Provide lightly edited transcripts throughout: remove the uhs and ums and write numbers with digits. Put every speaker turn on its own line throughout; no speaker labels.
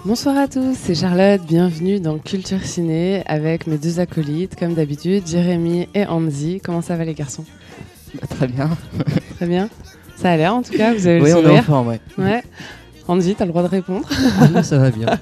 Bonsoir à tous, c'est Charlotte, bienvenue dans Culture Ciné avec mes deux acolytes, comme d'habitude, Jérémy et Andy. Comment ça va les garçons ?
Très bien.
Très bien. Ça a l'air en tout cas, vous avez
oui,
le sourire.
Oui, on est en forme, ouais.
Ouais. Andy, t'as le droit de répondre.
Oui, ça va bien.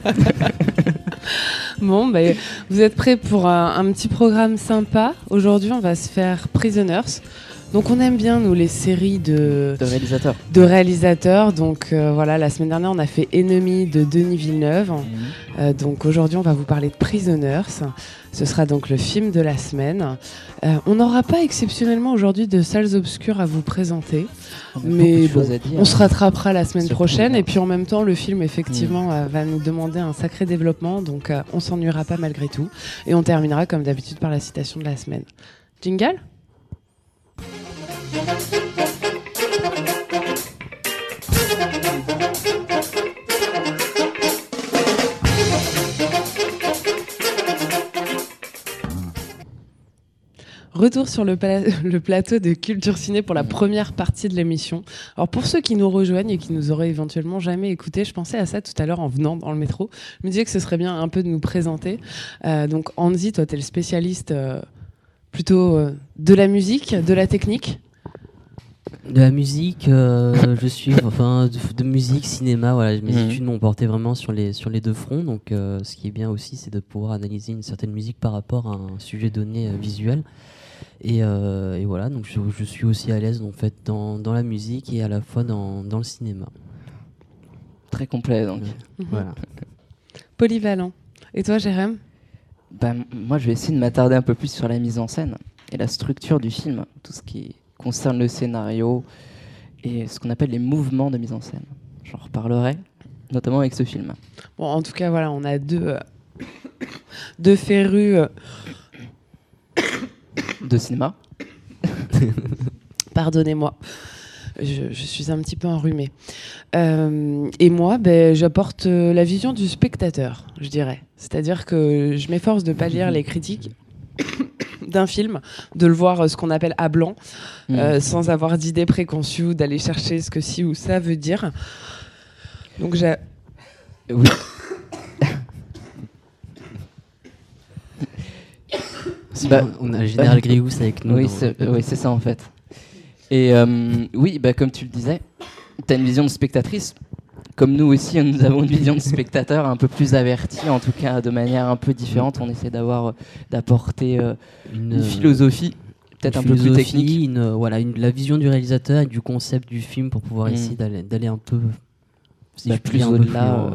Bon, vous êtes prêts pour un petit programme sympa. Aujourd'hui, on va se faire Prisoners. Donc on aime bien, nous, les séries de réalisateurs. Donc voilà, la semaine dernière, on a fait Ennemis de Denis Villeneuve. Donc aujourd'hui, on va vous parler de Prisoners. Ce sera donc le film de la semaine. On n'aura pas exceptionnellement aujourd'hui de salles obscures à vous présenter. Mais bon, on se rattrapera la semaine prochaine. Et puis en même temps, le film, effectivement, va nous demander un sacré développement. Donc on s'ennuiera pas malgré tout. Et on terminera, comme d'habitude, par la citation de la semaine. Jingle ? Retour sur le plateau de Culture Ciné pour la première partie de l'émission. Alors pour ceux qui nous rejoignent et qui nous auraient éventuellement jamais écoutés, je pensais à ça tout à l'heure en venant dans le métro. Je me disais que ce serait bien un peu de nous présenter. Donc Andy, toi tu es le spécialiste plutôt de la musique, de la technique ?
De la musique, je suis de musique, cinéma. Voilà, mes études m'ont porté vraiment sur les deux fronts. Donc, ce qui est bien aussi, c'est de pouvoir analyser une certaine musique par rapport à un sujet donné visuel. Et voilà, donc je suis aussi à l'aise en fait dans la musique et à la fois dans le cinéma.
Très complet donc.
Voilà.
Polyvalent. Et toi, Jérém ?
Moi, je vais essayer de m'attarder un peu plus sur la mise en scène et la structure du film, tout ce qui concerne le scénario et ce qu'on appelle les mouvements de mise en scène. J'en reparlerai, notamment avec ce film.
Bon, en tout cas, voilà, on a deux férus
de cinéma.
Pardonnez-moi, je suis un petit peu enrhumée. Et moi, j'apporte la vision du spectateur, je dirais. C'est-à-dire que je m'efforce de ne pas lire les critiques d'un film, de le voir ce qu'on appelle à blanc, sans avoir d'idées préconçues ou d'aller chercher ce que ci ou ça veut dire. Donc
oui.
On a le général Grious avec nous.
Oui, c'est ça en fait. Et comme tu le disais, tu as une vision de spectatrice. Comme nous aussi, nous avons une vision de spectateur un peu plus avertie, en tout cas de manière un peu différente. On essaie d'apporter une philosophie, peut-être un peu plus technique.
La vision du réalisateur et du concept du film pour pouvoir essayer d'aller un peu
plus au-delà.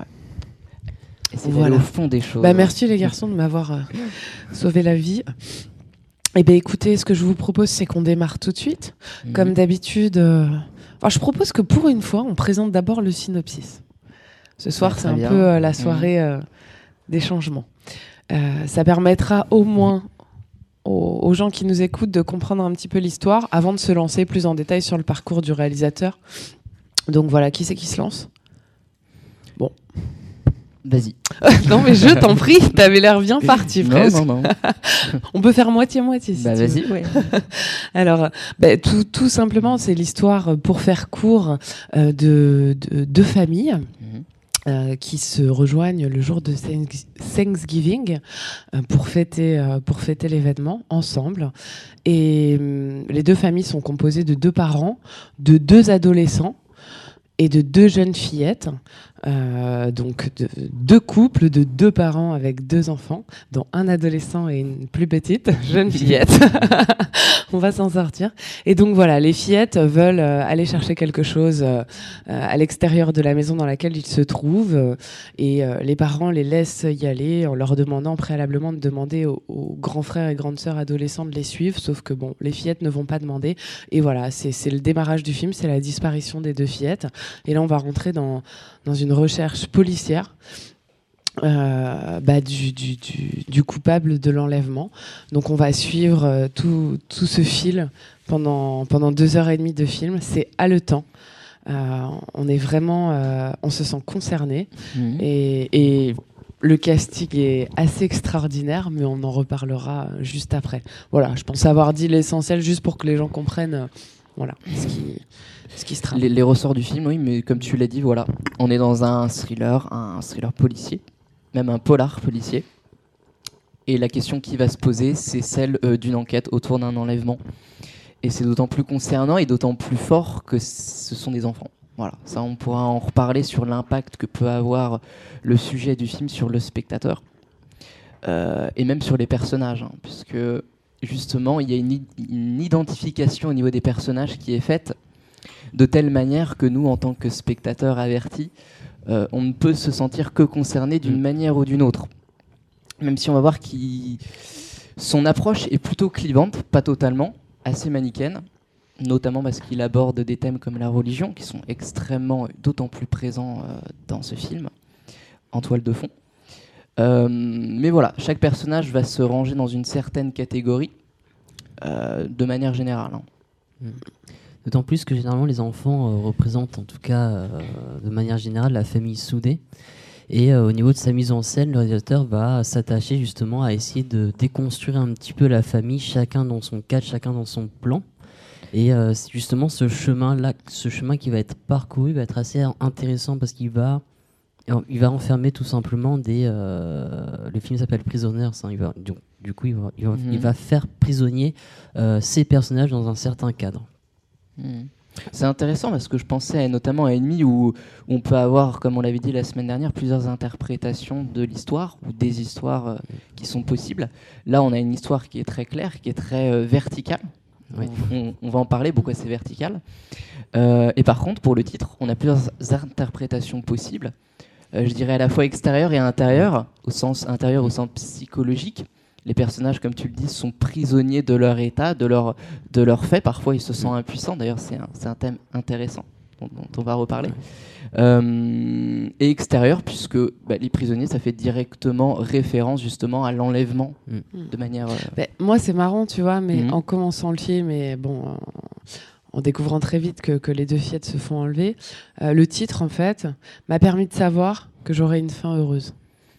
Et c'est au fond des choses.
Merci les garçons de m'avoir sauvé la vie. Eh bien écoutez, ce que je vous propose, c'est qu'on démarre tout de suite. Comme d'habitude, je propose que pour une fois, on présente d'abord le synopsis. Ce soir, c'est un peu la soirée des changements. Ça permettra au moins aux gens qui nous écoutent de comprendre un petit peu l'histoire avant de se lancer plus en détail sur le parcours du réalisateur. Donc voilà, qui c'est qui se lance ? Bon.
Vas-y.
Non mais je t'en prie, t'avais l'air bien parti presque.
Non.
On peut faire moitié-moitié si tu
vas-y,
veux.
oui.
Alors, tout simplement, c'est l'histoire, pour faire court, de deux familles qui se rejoignent le jour de Thanksgiving pour fêter l'événement ensemble. Et les deux familles sont composées de deux parents, de deux adolescents et de deux jeunes fillettes. Donc deux couples de deux parents avec deux enfants, dont un adolescent et une plus petite jeune fillette. On va s'en sortir. Et donc voilà, les fillettes veulent aller chercher quelque chose à l'extérieur de la maison dans laquelle ils se trouvent, et les parents les laissent y aller en leur demandant préalablement de demander aux grands frères et grandes sœurs adolescents de les suivre, sauf que bon, les fillettes ne vont pas demander. Et voilà, c'est le démarrage du film, c'est la disparition des deux fillettes. Et là, on va rentrer dans une recherche policière du coupable de l'enlèvement. Donc on va suivre tout ce fil pendant 2h30 de film. C'est haletant. On est vraiment, on se sent concerné et le casting est assez extraordinaire, mais on en reparlera juste après. Voilà, je pense avoir dit l'essentiel juste pour que les gens comprennent Voilà ce qui se trame.
Les ressorts du film, oui, mais comme tu l'as dit, voilà, on est dans un thriller policier, même un polar policier. Et la question qui va se poser, c'est celle d'une enquête autour d'un enlèvement. Et c'est d'autant plus concernant et d'autant plus fort que ce sont des enfants. Voilà, ça on pourra en reparler sur l'impact que peut avoir le sujet du film sur le spectateur. Et même sur les personnages, hein, puisque justement il y a une identification au niveau des personnages qui est faite de telle manière que nous, en tant que spectateurs avertis, on ne peut se sentir que concerné d'une manière ou d'une autre. Même si on va voir que son approche est plutôt clivante, pas totalement, assez manichéenne, notamment parce qu'il aborde des thèmes comme la religion, qui sont extrêmement, d'autant plus présents dans ce film, en toile de fond. Mais voilà, chaque personnage va se ranger dans une certaine catégorie, de manière générale. Hein.
D'autant plus que généralement les enfants représentent, en tout cas de manière générale, la famille soudée. Et au niveau de sa mise en scène, le réalisateur va s'attacher justement à essayer de déconstruire un petit peu la famille, chacun dans son cadre, chacun dans son plan. Et c'est justement ce chemin qui va être parcouru va être assez intéressant parce qu'il va enfermer tout simplement le film s'appelle Prisoners. Hein, du coup, il va faire prisonnier ces personnages dans un certain cadre.
C'est intéressant parce que je pensais notamment à Ennemi où on peut avoir, comme on l'avait dit la semaine dernière, plusieurs interprétations de l'histoire ou des histoires qui sont possibles. Là, on a une histoire qui est très claire, qui est très verticale. Oui. On va en parler, pourquoi c'est vertical. Et par contre, pour le titre, on a plusieurs interprétations possibles. Je dirais à la fois extérieure et intérieure, au sens psychologique. Les personnages, comme tu le dis, sont prisonniers de leur état, de leurs faits. Parfois, ils se sentent impuissants. D'ailleurs, c'est un thème intéressant dont on va reparler. Et extérieur, puisque les prisonniers, ça fait directement référence justement à l'enlèvement de manière...
moi, c'est marrant, tu vois, mais en commençant le film, en découvrant très vite que les deux fillettes se font enlever, le titre, en fait, m'a permis de savoir que j'aurais une fin heureuse.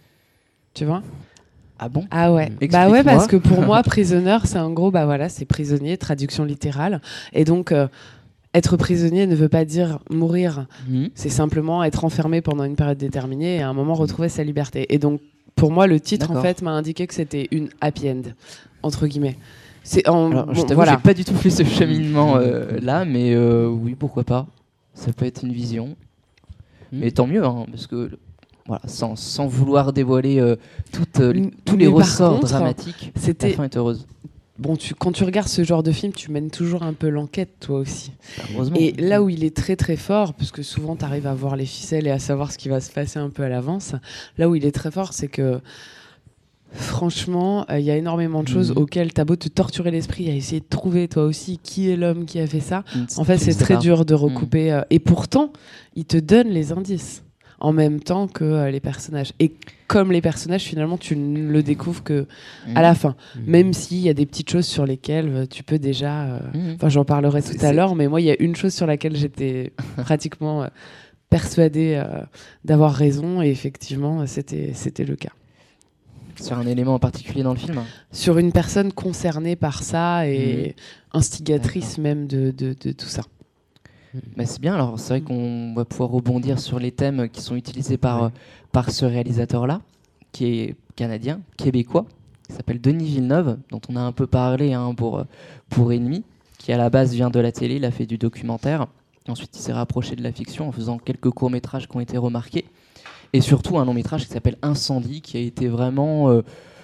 Tu vois ?
Ah bon ?
Ah ouais. Bah ouais, parce que pour moi, Prisoner, c'est en gros, c'est prisonnier, traduction littérale. Et donc, être prisonnier ne veut pas dire mourir. C'est simplement être enfermé pendant une période déterminée et à un moment retrouver sa liberté. Et donc, pour moi, le titre, en fait, m'a indiqué que c'était une happy end, entre guillemets.
Alors, je t'avoue, j'ai pas du tout fait ce cheminement là, mais oui, pourquoi pas. Ça peut être une vision. Mais tant mieux, hein, parce que... Voilà, sans vouloir dévoiler tous les ressorts dramatiques, la fin est heureuse.
Bon, quand tu regardes ce genre de film, tu mènes toujours un peu l'enquête, toi aussi.
Heureusement.
Et là où il est très très fort, parce que souvent tu arrives à voir les ficelles et à savoir ce qui va se passer un peu à l'avance, là où il est très fort, c'est que franchement, il y a énormément de choses auxquelles t'as beau te torturer l'esprit à essayer de trouver toi aussi qui est l'homme qui a fait ça. En fait, c'est très dur de recouper. Et pourtant, il te donne les indices. En même temps que les personnages. Et comme les personnages, finalement, tu ne le découvres que à la fin. Même s'il y a des petites choses sur lesquelles tu peux déjà... j'en parlerai tout à l'heure, mais moi, il y a une chose sur laquelle j'étais pratiquement persuadée d'avoir raison, et effectivement, c'était le cas.
Sur un élément en particulier dans le film ?
Sur une personne concernée par ça et instigatrice même de tout ça.
C'est bien, alors c'est vrai qu'on va pouvoir rebondir sur les thèmes qui sont utilisés par ce réalisateur-là, qui est canadien, québécois, qui s'appelle Denis Villeneuve, dont on a un peu parlé pour Ennemi, qui à la base vient de la télé, il a fait du documentaire, ensuite il s'est rapproché de la fiction en faisant quelques courts-métrages qui ont été remarqués, et surtout un long-métrage qui s'appelle Incendie, qui a été vraiment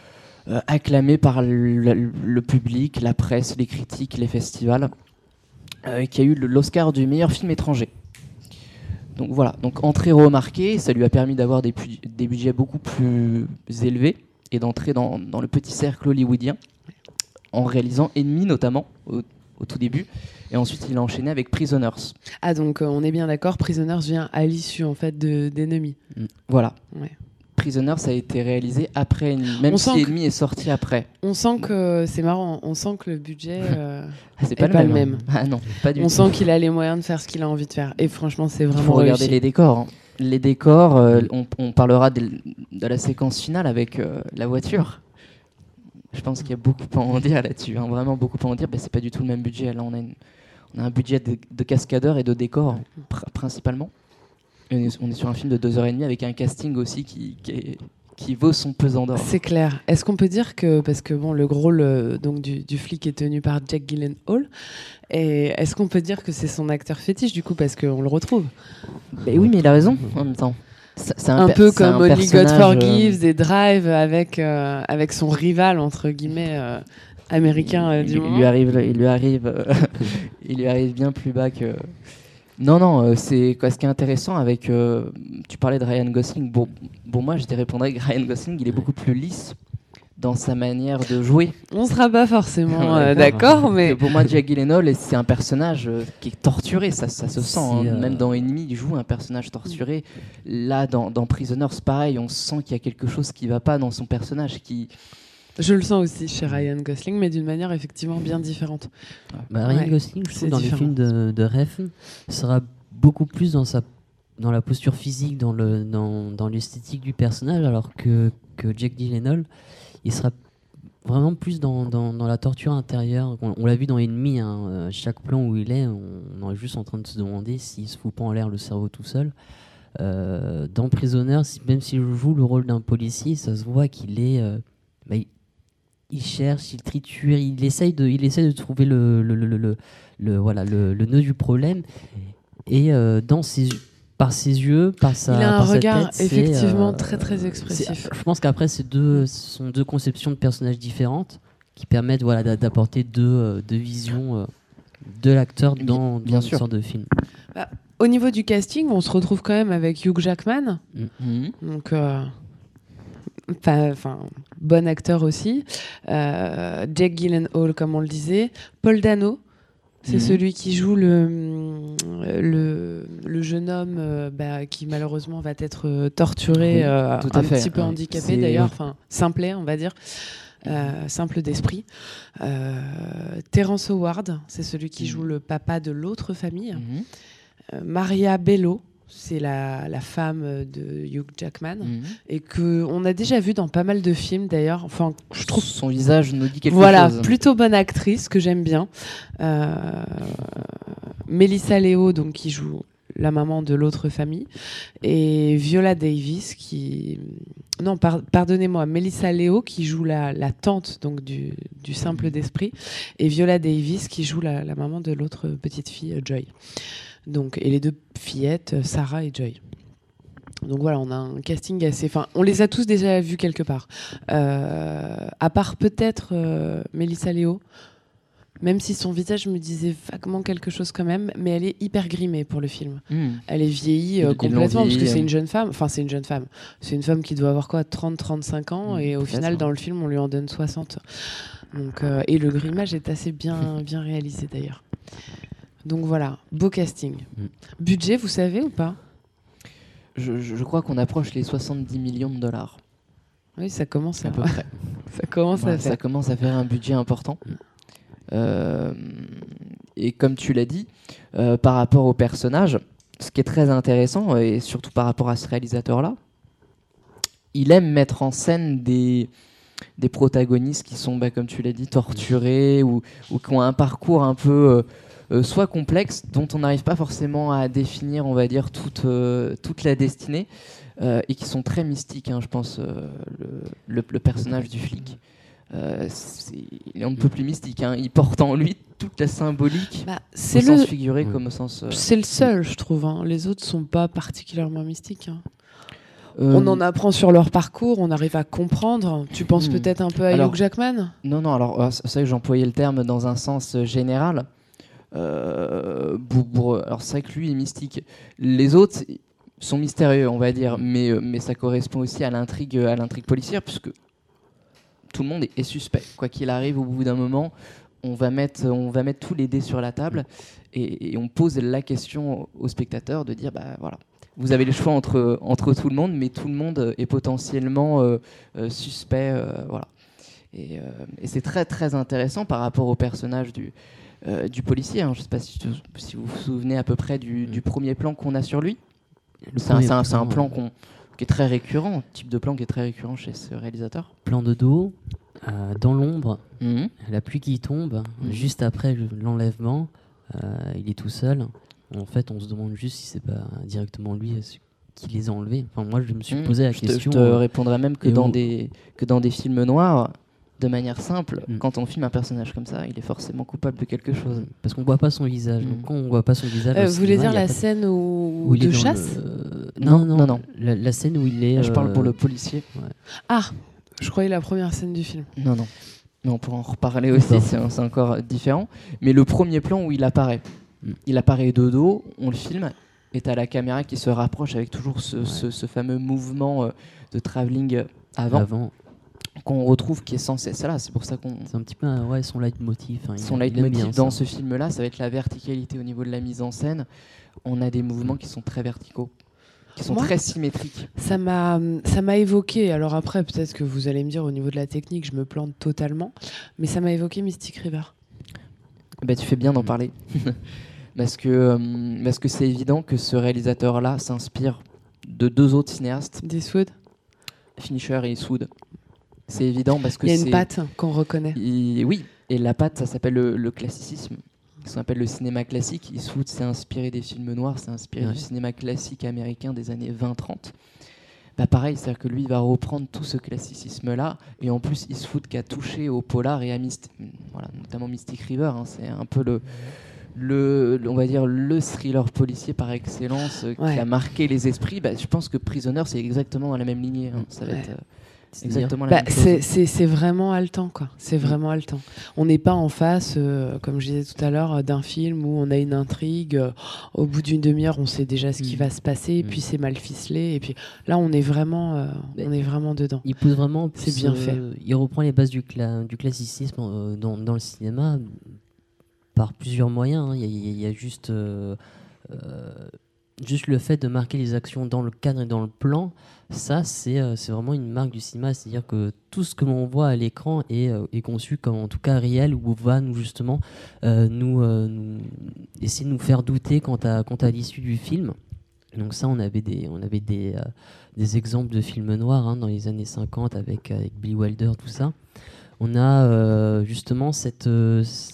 acclamé par le public, la presse, les critiques, les festivals. Qui a eu l'Oscar du meilleur film étranger. Donc voilà, donc entrée remarquée, ça lui a permis d'avoir des budgets beaucoup plus élevés et d'entrer dans le petit cercle hollywoodien en réalisant Ennemi notamment au tout début, et ensuite il a enchaîné avec Prisoners.
Ah donc on est bien d'accord, Prisoners vient à l'issue en fait d'Ennemi.
Voilà.
Ouais.
Prisoners a été réalisé après Ennemi, même si Ennemi est sorti après.
On sent que c'est marrant, on sent que le budget
c'est pas le même. Ah non, pas du tout.
On sent qu'il a les moyens de faire ce qu'il a envie de faire, et franchement c'est vraiment réussi.
Il faut regarder les décors. Hein. Les décors, on parlera de la séquence finale avec la voiture. Je pense qu'il y a beaucoup à en dire là-dessus, hein, vraiment beaucoup à en dire. C'est pas du tout le même budget. Là, On a un budget de cascadeurs et de décors principalement. Et on est sur un film de 2h30 avec un casting aussi qui vaut son pesant d'or.
C'est clair. Est-ce qu'on peut dire que, parce que bon, le rôle donc du flic est tenu par Jake Gyllenhaal, et est-ce qu'on peut dire que c'est son acteur fétiche du coup parce qu'on le retrouve?
Oui, mais il a raison en même temps. C'est
un peu comme Only God
personnage,
Forgives et Drive avec son rival entre guillemets américain du moment.
Il lui arrive bien plus bas que. Non, c'est quoi, ce qui est intéressant avec. Tu parlais de Ryan Gosling. Bon, moi, je te répondrais que Ryan Gosling, il est beaucoup plus lisse dans sa manière de jouer.
On sera pas forcément d'accord, mais
pour moi, Jake Gyllenhaal, c'est un personnage qui est torturé, ça se sent. Même dans Enemy, il joue un personnage torturé. Là, dans Prisoners, pareil, on sent qu'il y a quelque chose qui va pas dans son personnage.
Je le sens aussi chez Ryan Gosling, mais d'une manière effectivement bien différente.
Ryan Gosling, je trouve, dans les films de Refn, sera beaucoup plus dans la posture physique, dans l'esthétique du personnage, alors que Jake Gyllenhaal, il sera vraiment plus dans la torture intérieure. On l'a vu dans Enemy, chaque plan où il est, on est juste en train de se demander s'il se fout pas en l'air le cerveau tout seul. Dans Prisoners, même s'il joue le rôle d'un policier, ça se voit qu'il est... il cherche, il triture, il essaye de trouver le nœud du problème. Et par ses yeux, par sa tête.
Il a un regard effectivement très très expressif.
Je pense qu'après, ce sont deux conceptions de personnages différentes qui permettent d'apporter deux visions de l'acteur dans une sorte de film.
Au niveau du casting, on se retrouve quand même avec Hugh Jackman. Donc... bon acteur aussi. Jake Gyllenhaal, comme on le disait. Paul Dano, c'est celui qui joue le jeune homme qui malheureusement va être torturé, un petit peu handicapé d'ailleurs, simplet on va dire, simple d'esprit. Terrence Howard, c'est celui qui joue le papa de l'autre famille. Maria Bello, c'est la femme de Hugh Jackman et qu'on a déjà vu dans pas mal de films d'ailleurs. Enfin, je trouve
son visage nous dit quelque chose.
Voilà, plutôt bonne actrice que j'aime bien. Melissa Leo, donc qui joue la maman de l'autre famille, et Viola Davis pardonnez-moi, Melissa Leo qui joue la tante donc du simple d'esprit, et Viola Davis qui joue la maman de l'autre petite fille Joy. Donc, et les deux fillettes, Sarah et Joy. Donc voilà, on a un casting assez... Enfin, on les a tous déjà vus quelque part. À part peut-être Melissa Leo, même si son visage me disait vaguement quelque chose quand même, mais elle est hyper grimée pour le film. Elle est vieillie complètement, parce que c'est une jeune femme. Enfin, c'est une jeune femme. C'est une femme qui doit avoir quoi, 30-35 ans, et au final, dans le film, on lui en donne 60. Donc, et le grimage est assez bien réalisé d'ailleurs. Donc voilà, beau casting. Budget, vous savez ou pas ?
Je crois qu'on approche les 70 millions de dollars.
Oui, ça commence
à peu près.
Ça
commence à faire un budget important. Et comme tu l'as dit, par rapport au personnage, ce qui est très intéressant, et surtout par rapport à ce réalisateur-là, il aime mettre en scène des protagonistes qui sont, comme tu l'as dit, torturés ou qui ont un parcours un peu... soit complexe, dont on n'arrive pas forcément à définir, on va dire, toute la destinée, et qui sont très mystiques, je pense, le personnage du flic. Il est un peu plus mystique, il porte en lui toute la symbolique, au sens figuré comme au sens...
C'est le seul, je trouve. Les autres sont pas particulièrement mystiques. On en apprend sur leur parcours, on arrive à comprendre. Tu penses peut-être un peu à Hugh Jackman ?
Non, alors c'est vrai que j'employais le terme dans un sens général. Alors c'est vrai que lui est mystique. Les autres sont mystérieux, on va dire, mais ça correspond aussi à l'intrigue policière, puisque tout le monde est suspect. Quoi qu'il arrive, au bout d'un moment, on va mettre tous les dés sur la table et on pose la question au spectateur de dire voilà, vous avez le choix entre tout le monde, mais tout le monde est potentiellement suspect, voilà. Et c'est très très intéressant par rapport au personnage du policier. Je ne sais pas si vous vous souvenez à peu près du premier plan qu'on a sur lui. C'est un plan qui est très récurrent, type de plan qui est très récurrent chez ce réalisateur.
Plan de dos, dans l'ombre, la pluie qui tombe, juste après l'enlèvement, il est tout seul. En fait, on se demande juste si c'est pas directement lui qui les a enlevés. Enfin, moi, je me suis posé la question.
Je te répondrai même que dans des films noirs, de manière simple, quand on filme un personnage comme ça, il est forcément coupable de quelque chose.
Parce qu'on voit pas son visage. Donc, quand on voit pas son visage,
vous voulez dire la scène où il est de chasse
Non. La scène où il est.
Là, je parle pour le policier.
Ouais. Ah, je croyais la première scène du film.
Non. Mais on pourra en reparler aussi, c'est encore différent. Mais le premier plan où il apparaît de dos, on le filme, et t'as la caméra qui se rapproche avec toujours ce fameux mouvement de travelling avant. Qu'on retrouve qui est censé être là, c'est pour ça qu'on...
C'est un petit peu son leitmotiv.
Son leitmotiv dans ce film-là, ça va être la verticalité au niveau de la mise en scène. On a des mouvements qui sont très verticaux, qui sont très symétriques.
Ça m'a évoqué, alors après peut-être que vous allez me dire au niveau de la technique, je me plante totalement, mais ça m'a évoqué Mystic River.
Bah, tu fais bien d'en parler. parce que c'est évident que ce réalisateur-là s'inspire de 2 autres cinéastes.
Eastwood.
Fincher et Eastwood. C'est évident parce que
il y a une patte qu'on reconnaît.
Oui, et la patte, ça s'appelle le classicisme. Ça s'appelle le cinéma classique. Eastwood s'est inspiré des films noirs, s'est inspiré du cinéma classique américain des années 20-30. Bah pareil, c'est-à-dire que lui, il va reprendre tout ce classicisme-là. Et en plus, Eastwood qui a touché au polar et à notamment Mystic River. C'est un peu on va dire le thriller policier par excellence qui a marqué les esprits. Bah, je pense que Prisoner, c'est exactement dans la même lignée. Ça va être... exactement la même chose.
C'est vraiment haletant, quoi. C'est vraiment haletant. On n'est pas en face, comme je disais tout à l'heure, d'un film où on a une intrigue. Au bout d'une demi-heure, on sait déjà ce qui va se passer, puis c'est mal ficelé. Et puis là, on est vraiment dedans.
Il pousse vraiment.
C'est bien fait.
Il reprend les bases du classicisme dans le cinéma par plusieurs moyens. Il y a juste le fait de marquer les actions dans le cadre et dans le plan. Ça, c'est vraiment une marque du cinéma, c'est-à-dire que tout ce que l'on voit à l'écran est conçu comme en tout cas réel, ou va nous justement essayer de nous faire douter quant à l'issue du film. Donc ça, on avait des exemples de films noirs dans les années 50 avec Billy Wilder, tout ça. On a justement ce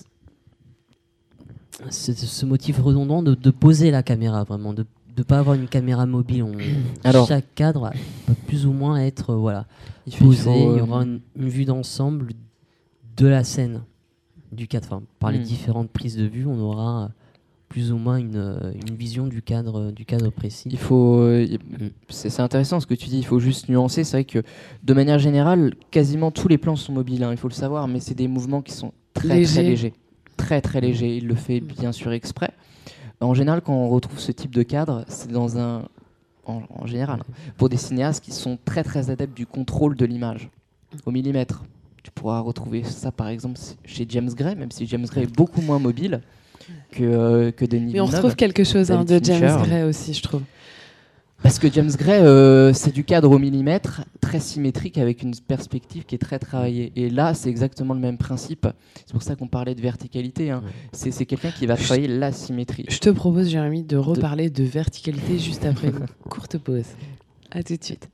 motif redondant de poser la caméra, vraiment, de ne pas avoir une caméra mobile. Chaque cadre va plus ou moins être posé. Il y aura une vue d'ensemble de la scène du cadre. Enfin, par les différentes prises de vue, on aura plus ou moins une vision du cadre précis.
C'est intéressant ce que tu dis, il faut juste nuancer. C'est vrai que de manière générale, quasiment tous les plans sont mobiles, il faut le savoir, mais c'est des mouvements qui sont très légers. Très très léger, il le fait bien sûr exprès. En général, quand on retrouve ce type de cadre, c'est en général pour des cinéastes qui sont très très adeptes du contrôle de l'image au millimètre. Tu pourras retrouver ça par exemple chez James Gray, même si James Gray est beaucoup moins mobile que Denis Villeneuve.
Mais on retrouve quelque chose de James Gray aussi, je trouve.
Parce que James Gray, c'est du cadre au millimètre, très symétrique, avec une perspective qui est très travaillée. Et là, c'est exactement le même principe. C'est pour ça qu'on parlait de verticalité. C'est quelqu'un qui va travailler la symétrie.
Je te propose, Jérémy, de reparler de verticalité juste après une courte pause. À tout de suite.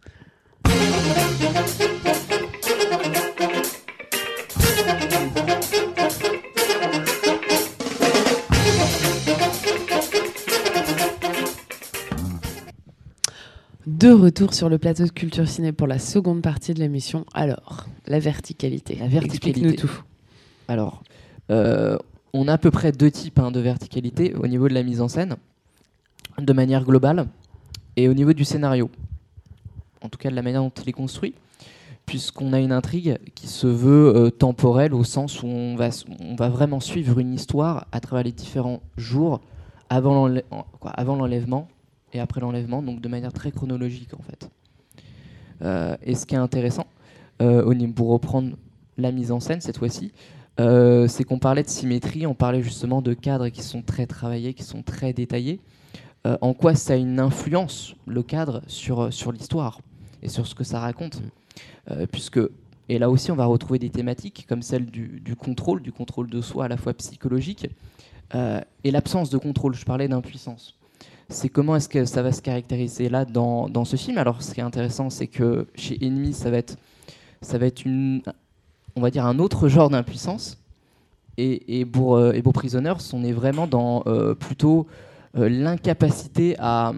De retour sur le plateau de Culture Ciné pour la seconde partie de l'émission. Alors, la verticalité. Explique-nous tout.
Alors, on a à peu près 2 types de verticalité au niveau de la mise en scène, de manière globale, et au niveau du scénario. En tout cas, de la manière dont il est construit, puisqu'on a une intrigue qui se veut temporelle, au sens où on va vraiment suivre une histoire à travers les différents jours avant l'enlèvement et après l'enlèvement, donc de manière très chronologique en fait. Et ce qui est intéressant, pour reprendre la mise en scène cette fois-ci, c'est qu'on parlait de symétrie, on parlait justement de cadres qui sont très travaillés, qui sont très détaillés. En quoi ça a une influence, le cadre, sur l'histoire et sur ce que ça raconte. Et là aussi, on va retrouver des thématiques comme celle du contrôle de soi à la fois psychologique, et l'absence de contrôle. Je parlais d'impuissance. C'est comment est-ce que ça va se caractériser là dans ce film. Alors, ce qui est intéressant, c'est que chez Enemy, ça va être on va dire un autre genre d'impuissance. et Beaux Prisoners, on est vraiment dans plutôt l'incapacité à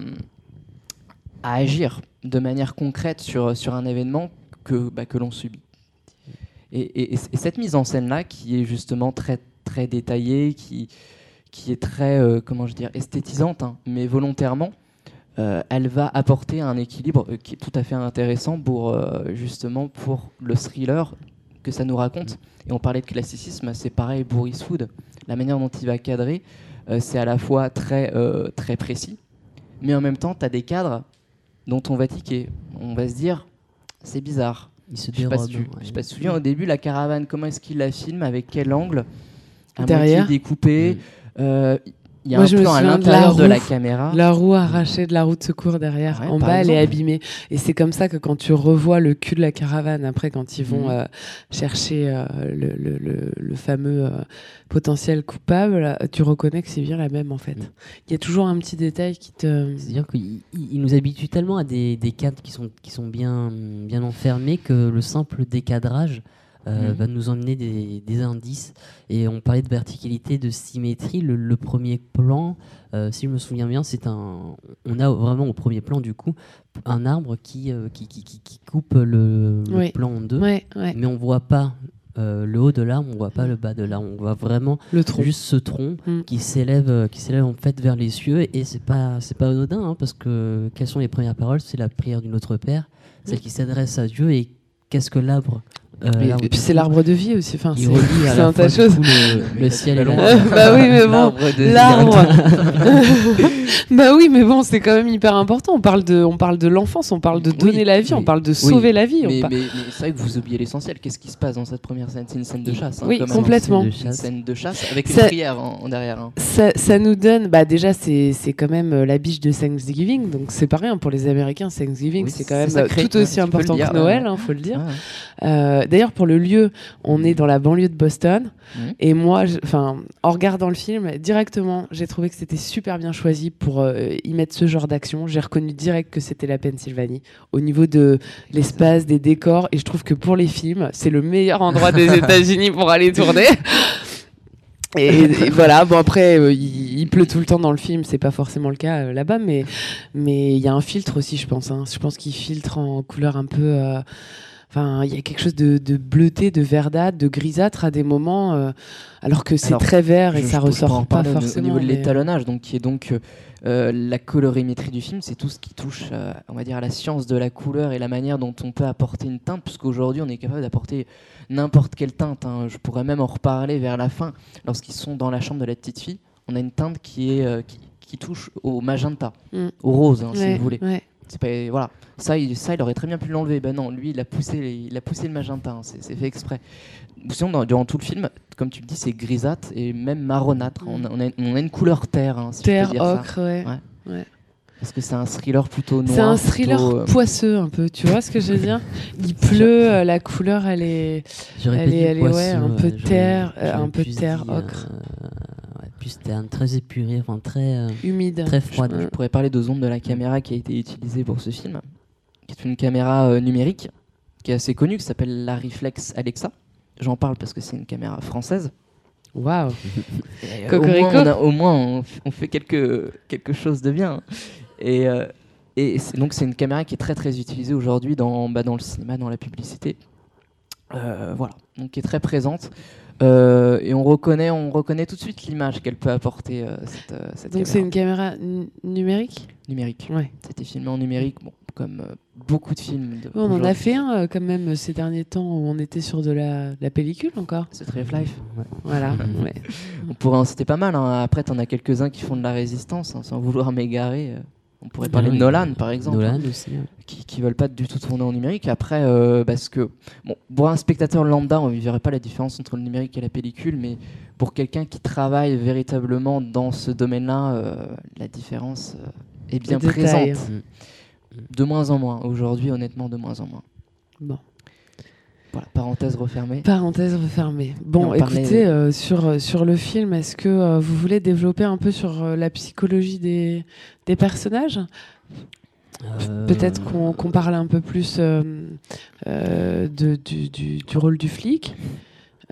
agir de manière concrète sur un événement que l'on subit. Et cette mise en scène-là, qui est justement très, très détaillée, qui est très, esthétisante, hein, mais volontairement, elle va apporter un équilibre qui est tout à fait intéressant pour le thriller que ça nous raconte. Et on parlait de classicisme, c'est pareil pour Eastwood. La manière dont il va cadrer, c'est à la fois très, très précis, mais en même temps, tu as des cadres dont on va tiquer. On va se dire, c'est bizarre.
Il se
Je sais pas si tu te souviens, au début, la caravane, comment est-ce qu'il la filme, avec quel angle, à
derrière,
moitié découpé. Il y a
moi,
un plan à l'intérieur de la caméra.
La roue arrachée de la roue de secours derrière.
Ouais,
en bas, elle est abîmée. Et c'est comme ça que quand tu revois le cul de la caravane, après, quand ils vont chercher le fameux potentiel coupable, tu reconnais que c'est bien la même, en fait. Il y a toujours un petit détail qui te...
C'est-à-dire qu'il nous habitue tellement à des cadres qui sont bien enfermés que le simple décadrage va nous emmener des indices. Et on parlait de verticalité, de symétrie. Le premier plan, si je me souviens bien, on a vraiment au premier plan du coup un arbre qui coupe le plan en deux, mais on voit pas le haut de l'arbre, on voit pas le bas de l'arbre, on voit vraiment juste ce tronc qui s'élève en fait vers les cieux. Et c'est pas anodin, hein, parce que quelles sont les premières paroles? C'est la prière du Notre Père, celle qui s'adresse à Dieu. Et qu'est-ce que l'arbre?
Et puis c'est l'arbre de vie aussi. Enfin,
c'est un tas de choses. Le ciel est là.
Bah oui, mais bon, l'arbre. Bah oui, mais bon, c'est quand même hyper important. On parle de l'enfance, on parle de donner la vie, on parle de sauver la vie.
Mais c'est vrai que vous oubliez l'essentiel. Qu'est-ce qui se passe dans cette première scène? C'est une scène de chasse. Hein,
oui, complètement.
Une scène de chasse avec une prière en derrière. Hein.
Ça nous donne, bah déjà, c'est quand même la biche de Thanksgiving, donc c'est pas rien pour les Américains. Thanksgiving, c'est quand même sacré, tout aussi important que Noël, faut le dire. D'ailleurs, pour le lieu, on est dans la banlieue de Boston. Et moi, en regardant le film, directement, j'ai trouvé que c'était super bien choisi pour y mettre ce genre d'action. J'ai reconnu direct que c'était la Pennsylvanie au niveau de l'espace, des décors. Et je trouve que pour les films, c'est le meilleur endroit des États-Unis pour aller tourner. Et voilà, bon après, il pleut tout le temps dans le film, c'est pas forcément le cas là-bas, mais il y a un filtre aussi, je pense. Hein. Je pense qu'il filtre en couleur un peu... Enfin, il y a quelque chose de bleuté, de verdâtre, de grisâtre à des moments, alors que c'est très vert et ça ressort pas forcément.
Au niveau de l'étalonnage, donc qui est donc la colorimétrie du film, c'est tout ce qui touche, on va dire, à la science de la couleur et la manière dont on peut apporter une teinte, puisqu'aujourd'hui on est capable d'apporter n'importe quelle teinte. Hein. Je pourrais même en reparler vers la fin, lorsqu'ils sont dans la chambre de la petite fille, on a une teinte qui touche au magenta, au rose, hein, si vous voulez. Ouais. C'est pas, voilà. Ça, il aurait très bien pu l'enlever. Ben non, lui, il a poussé le magenta. Hein. C'est fait exprès. Sinon, durant tout le film, comme tu le dis, c'est grisâtre et même marronâtre. On a une couleur terre. Hein, si
terre,
je peux dire
ocre,
ça.
ouais.
Parce que c'est un thriller plutôt noir.
C'est un thriller poisseux un peu. Tu vois ce que je veux dire? Il pleut, la couleur, elle est un peu terre, ocre.
C'était très épuré, enfin très
humide,
très froide.
Je pourrais parler de zoom de la caméra qui a été utilisée pour ce film, qui est une caméra numérique qui est assez connue, qui s'appelle la Reflex Alexa. J'en parle parce que c'est une caméra française.
Waouh.
Au moins on fait quelque chose de bien. Et donc c'est une caméra qui est très très utilisée aujourd'hui dans le cinéma, dans la publicité. Voilà, donc qui est très présente. Et on reconnaît tout de suite l'image qu'elle peut apporter, cette caméra.
Donc c'est une caméra numérique ?
Numérique.
Ouais.
C'était filmé en numérique, bon, comme beaucoup de films.
On en a fait un quand même ces derniers temps où on était sur de la pellicule encore.
C'est Tree of Life.
Ouais. Voilà. Ouais.
On pourrait en citer pas mal. Hein. Après, t'en as quelques-uns qui font de la résistance, hein, sans vouloir m'égarer. On pourrait parler de Nolan, par exemple,
Nolan aussi,
qui veulent pas du tout tourner en numérique. Après, parce que pour un spectateur lambda, on ne verrait pas la différence entre le numérique et la pellicule, mais pour quelqu'un qui travaille véritablement dans ce domaine-là, la différence est bien présente. De moins en moins. Aujourd'hui, honnêtement, de moins en moins.
Bon.
Voilà, parenthèse refermée.
Parenthèse refermée. Bon, écoutez, sur le film, est-ce que vous voulez développer un peu sur la psychologie des personnages ? Peut-être qu'on parle un peu plus du rôle du flic.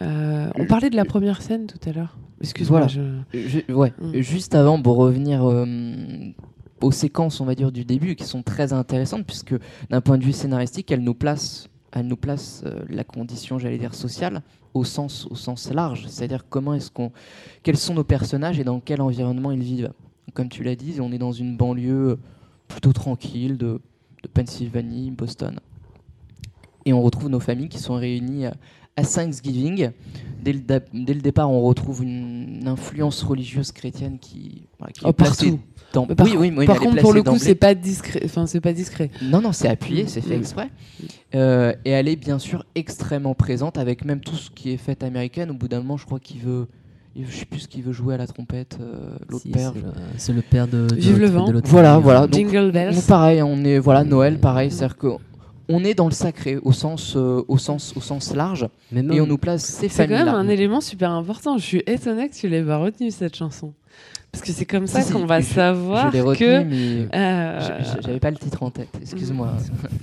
On parlait de la première scène tout à l'heure. Excuse-moi.
Voilà. Juste avant, pour revenir aux séquences, on va dire, du début, qui sont très intéressantes, puisque d'un point de vue scénaristique, elle nous place la condition, j'allais dire, sociale au sens large, c'est-à-dire quels sont nos personnages et dans quel environnement ils vivent. Comme tu l'as dit, on est dans une banlieue plutôt tranquille de Pennsylvanie, Boston. Et on retrouve nos familles qui sont réunies à Thanksgiving. Dès le départ, on retrouve une influence religieuse chrétienne qui est
partout. Par contre, pour le coup, c'est pas discret. Enfin, c'est pas discret.
Non, c'est appuyé, c'est fait exprès. Et elle est bien sûr extrêmement présente, avec même tout ce qui est fête américaine. Au bout d'un moment, je crois qu'il veut. Je sais plus ce qu'il veut jouer à la trompette. L'autre père.
C'est le père de
Vive le vent.
Voilà. Donc,
Jingle bells.
Pareil, on est Noël, pareil, c'est-à-dire que. On est dans le sacré au sens large et on nous place ces familles-là.
C'est quand même un élément super important. Je suis étonnée que tu l'aies pas retenu cette chanson. Parce que c'est comme ça qu'on va savoir
je l'ai retenu,
que...
mais j'avais pas le titre en tête, excuse-moi.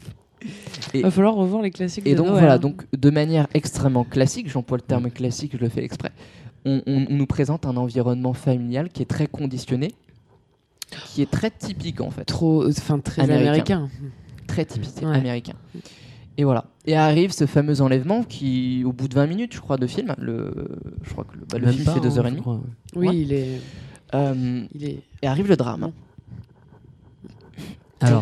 Il va falloir revoir les classiques de
donc
Noël.
Voilà, donc de manière extrêmement classique, j'emploie le terme classique, je le fais exprès, on nous présente un environnement familial qui est très conditionné, qui est très typique en fait.
Très américain.
Très typique américain. Et voilà. Et arrive ce fameux enlèvement qui, au bout de 20 minutes, je crois, de film, je crois que le film fait 2h30.
Oui, il est...
Et arrive le drame.
Alors...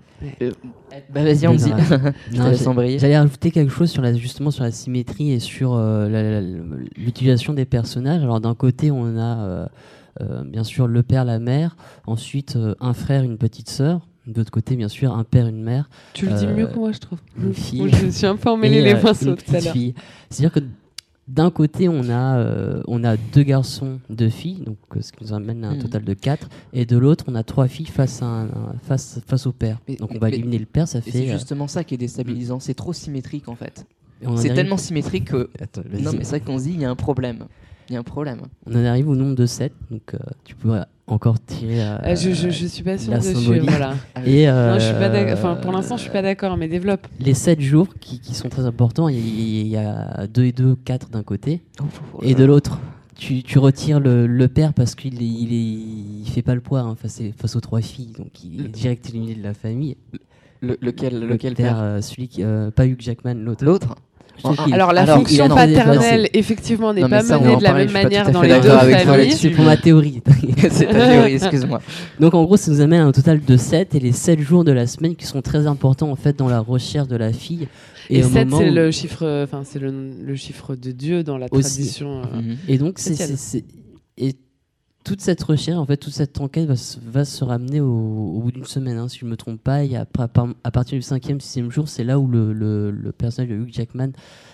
vas-y, on me dit.
J'allais rajouter quelque chose justement sur la symétrie et sur l'utilisation des personnages. Alors d'un côté, on a bien sûr le père, la mère, ensuite un frère, une petite sœur. De l'autre côté, bien sûr, un père, une mère.
Tu le dis mieux que moi, je trouve.
Une fille.
Moi, je suis un peu emmêlé les pinceaux tout à l'heure.
C'est-à-dire que d'un côté, on a 2 garçons, 2 filles, donc ce qui nous amène à un total de 4. Et de l'autre, on a 3 filles face au père. Donc on va éliminer le père, ça fait...
C'est justement ça qui est déstabilisant. C'est trop symétrique, en fait. C'est tellement symétrique que... Attends, non, mais c'est vrai qu'on se dit, il y a un problème.
On en arrive au nombre de 7, donc tu pourrais encore tirer
je suis pas sûre
la
dessus,
symbolique.
voilà.
Non,
je suis pas d'accord. Enfin, pour l'instant, je suis pas d'accord, mais développe.
Les 7 jours qui sont très importants, il y a 2 et 2, 4 d'un côté, et de l'autre, tu retires le père parce qu'il fait pas le poids face aux 3 filles, donc il est direct éliminé de la famille.
Lequel
père celui qui, pas Hugh Jackman, l'autre.
Alors la fonction paternelle, effectivement, n'est pas menée de la même manière dans les deux familles.
C'est pour ma théorie.
C'est ta théorie, excuse-moi.
Donc en gros, ça nous amène à un total de 7 et les 7 jours de la semaine qui sont très importants en fait dans la recherche de la fille.
Et 7, c'est le chiffre, c'est le chiffre de Dieu dans la tradition.
Et donc et toute cette recherche, en fait, toute cette enquête va se ramener au bout d'une semaine, si je ne me trompe pas. Et à partir du 5e, 6e jour, c'est là où le personnage de Hugh Jackman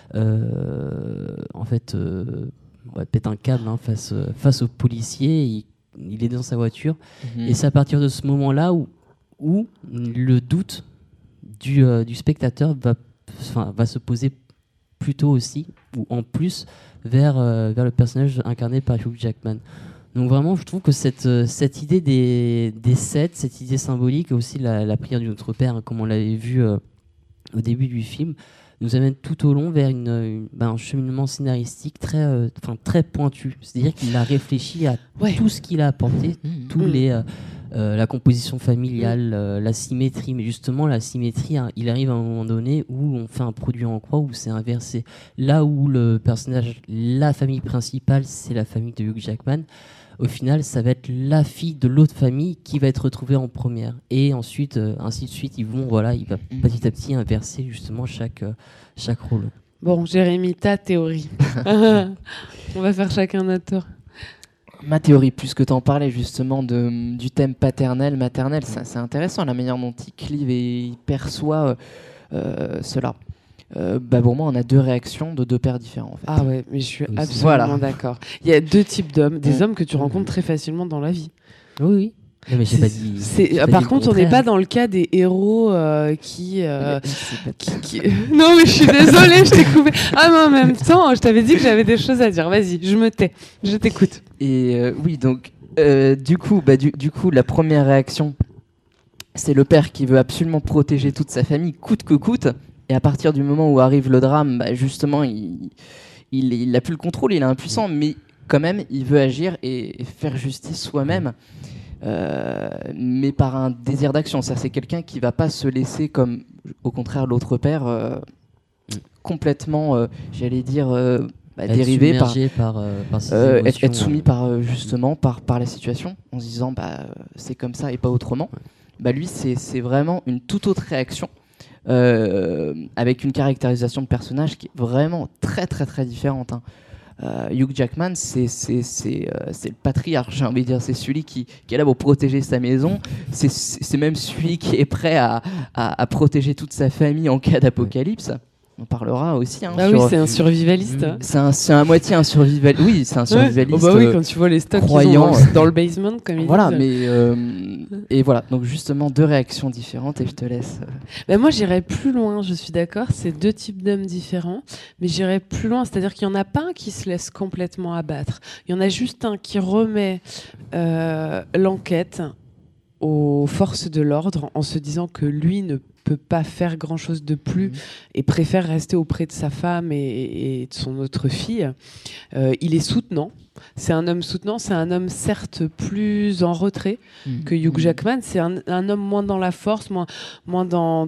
pète un câble face aux policiers. Il est dans sa voiture. Et c'est à partir de ce moment-là où le doute du spectateur va se poser plutôt aussi, ou en plus, vers le personnage incarné par Hugh Jackman. Donc vraiment, je trouve que cette idée des 7, cette idée symbolique, et aussi la prière du Notre Père, comme on l'avait vu au début du film, nous amène tout au long vers un cheminement scénaristique très pointu. C'est-à-dire qu'il a réfléchi à tout ce qu'il a apporté, la composition familiale, la symétrie. Mais justement, la symétrie, il arrive à un moment donné où on fait un produit en croix, où c'est inversé. Là où le personnage, la famille principale, c'est la famille de Hugh Jackman, au final, ça va être la fille de l'autre famille qui va être retrouvée en première. Et ensuite, ainsi de suite, il va petit à petit inverser justement chaque rôle.
Bon, Jérémy, ta théorie. On va faire chacun notre tour.
Ma théorie, puisque tu en parlais justement du thème paternel-maternel, c'est intéressant la manière dont il clive et il perçoit cela. Pour moi, on a 2 réactions de 2 pères différents. En fait.
Ah ouais, mais je suis absolument d'accord. Il y a 2 types d'hommes, des hommes que tu rencontres très facilement dans la vie.
Oui. Non, mais j'ai pas dit.
Par contre, on n'est pas dans le cas des héros qui. Non, mais je suis désolée, je t'ai coupé. Ah, mais en même temps, je t'avais dit que j'avais des choses à dire. Vas-y, je me tais, je t'écoute.
Et oui, donc, du coup, la première réaction, c'est le père qui veut absolument protéger toute sa famille, coûte que coûte. Et à partir du moment où arrive le drame, justement, il il a plus le contrôle, il est impuissant, mais quand même, il veut agir et faire justice soi-même. Mais par un désir d'action. C'est quelqu'un qui va pas se laisser, comme au contraire l'autre père, complètement, j'allais dire, dérivé par ses émotions, être soumis justement par la situation, en se disant c'est comme ça et pas autrement. Lui, c'est vraiment une toute autre réaction, avec une caractérisation de personnage qui est vraiment très très très différente. Hugh Jackman, c'est le patriarche, j'ai envie de dire. C'est celui qui est là pour protéger sa maison. C'est même celui qui est prêt à protéger toute sa famille en cas d'apocalypse. On parlera aussi.
Oui, c'est un survivaliste.
C'est à moitié un survivaliste. Oui, c'est un survivaliste.
Oui, quand tu vois les stocks
croyant,
qu'ils ont dans le basement, comme ils
voilà,
disent.
Et voilà, donc justement 2 réactions différentes et je te laisse.
Moi, j'irais plus loin, je suis d'accord. C'est 2 types d'hommes différents, mais j'irais plus loin. C'est-à-dire qu'il n'y en a pas un qui se laisse complètement abattre. Il y en a juste un qui remet l'enquête aux forces de l'ordre en se disant que lui ne peut pas faire grand-chose de plus et préfère rester auprès de sa femme et de son autre fille. Il est soutenant. C'est un homme soutenant. C'est un homme certes plus en retrait que Hugh Jackman. C'est un homme moins dans la force, moins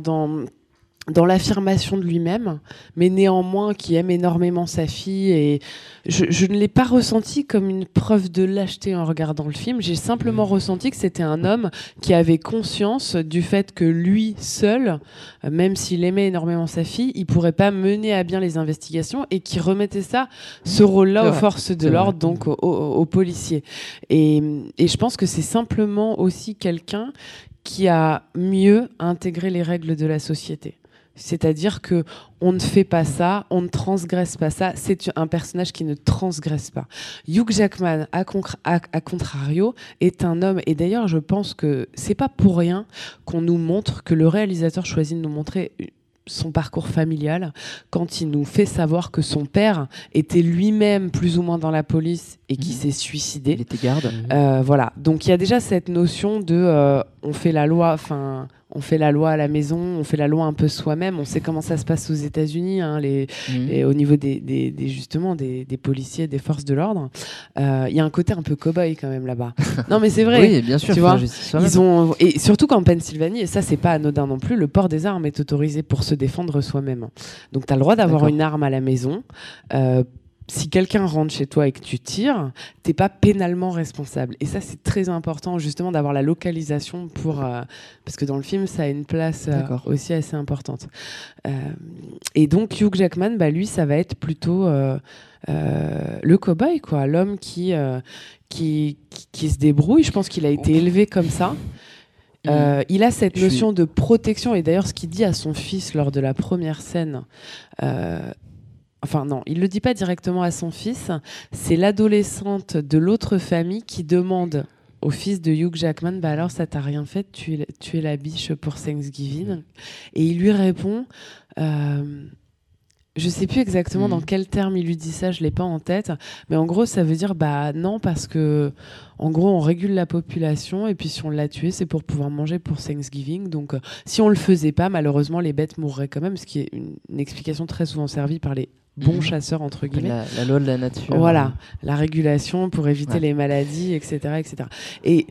dans l'affirmation de lui-même, mais néanmoins qui aime énormément sa fille. Et je ne l'ai pas ressenti comme une preuve de lâcheté en regardant le film. J'ai simplement ressenti que c'était un homme qui avait conscience du fait que lui seul, même s'il aimait énormément sa fille, il pourrait pas mener à bien les investigations et qui remettait ce rôle-là aux forces de l'ordre, donc aux policiers. Et je pense que c'est simplement aussi quelqu'un qui a mieux intégré les règles de la société. C'est-à-dire que on ne fait pas ça, on ne transgresse pas ça. C'est un personnage qui ne transgresse pas. Hugh Jackman, à contrario, est un homme. Et d'ailleurs, je pense que c'est pas pour rien qu'on nous montre, que le réalisateur choisit de nous montrer son parcours familial quand il nous fait savoir que son père était lui-même plus ou moins dans la police et qui s'est suicidé.
Il était garde.
Voilà. Donc il y a déjà cette notion de on fait la loi, on fait la loi à la maison, on fait la loi un peu soi-même. On sait comment ça se passe aux États-Unis, et au niveau justement des policiers, des forces de l'ordre. Il y a un côté un peu cow-boy quand même là-bas. Non, mais c'est vrai.
Oui, bien sûr.
Tu vois, et surtout qu'en Pennsylvanie, et ça c'est pas anodin non plus, le port des armes est autorisé pour se défendre soi-même. Donc tu as le droit d'avoir une arme à la maison. Si quelqu'un rentre chez toi et que tu tires, t'es pas pénalement responsable. Et ça, c'est très important, justement, d'avoir la localisation parce que dans le film, ça a une place aussi assez importante. Et donc, Hugh Jackman, lui, ça va être plutôt le cow-boy, quoi, l'homme qui se débrouille. Je pense qu'il a été élevé comme ça. Il a cette notion de protection. Et d'ailleurs, ce qu'il dit à son fils lors de la première scène... Enfin non, il le dit pas directement à son fils. C'est l'adolescente de l'autre famille qui demande au fils de Hugh Jackman, alors ça t'a rien fait, tu es la biche pour Thanksgiving. Et il lui répond, je sais plus exactement dans quel terme il lui dit ça, je l'ai pas en tête, mais en gros ça veut dire non, parce que en gros on régule la population et puis si on l'a tué c'est pour pouvoir manger pour Thanksgiving, donc si on le faisait pas, malheureusement les bêtes mourraient quand même, ce qui est une explication très souvent servie par les bons chasseurs entre guillemets.
La loi de la nature.
Voilà, la régulation pour éviter les maladies, etc., etc. Et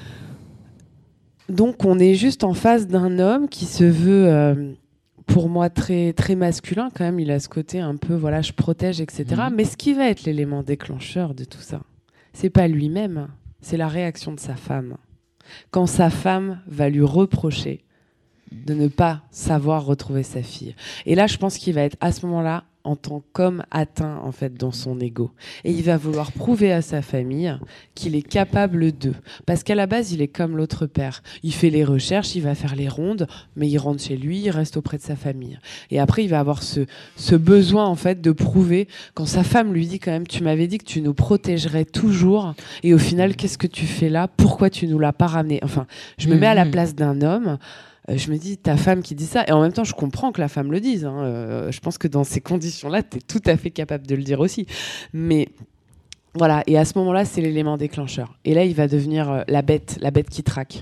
donc on est juste en face d'un homme qui se veut, pour moi, très, très masculin quand même. Il a ce côté un peu, voilà, je protège, etc. Mais ce qui va être l'élément déclencheur de tout ça, c'est pas lui-même, c'est la réaction de sa femme. Quand sa femme va lui reprocher de ne pas savoir retrouver sa fille. Et là, je pense qu'il va être à ce moment-là en tant qu'homme atteint en fait dans son ego, et il va vouloir prouver à sa famille qu'il est capable d'eux, parce qu'à la base il est comme l'autre père, il fait les recherches, il va faire les rondes, mais il rentre chez lui, il reste auprès de sa famille, et après il va avoir ce besoin en fait de prouver, quand sa femme lui dit quand même, tu m'avais dit que tu nous protégerais toujours, et au final qu'est-ce que tu fais là, pourquoi tu nous l'as pas ramené, enfin je me mets à la place d'un homme. Je me dis, ta femme qui dit ça, et en même temps, je comprends que la femme le dise. Je pense que dans ces conditions-là, tu es tout à fait capable de le dire aussi. Mais voilà, et à ce moment-là, c'est l'élément déclencheur. Et là, il va devenir la bête qui traque.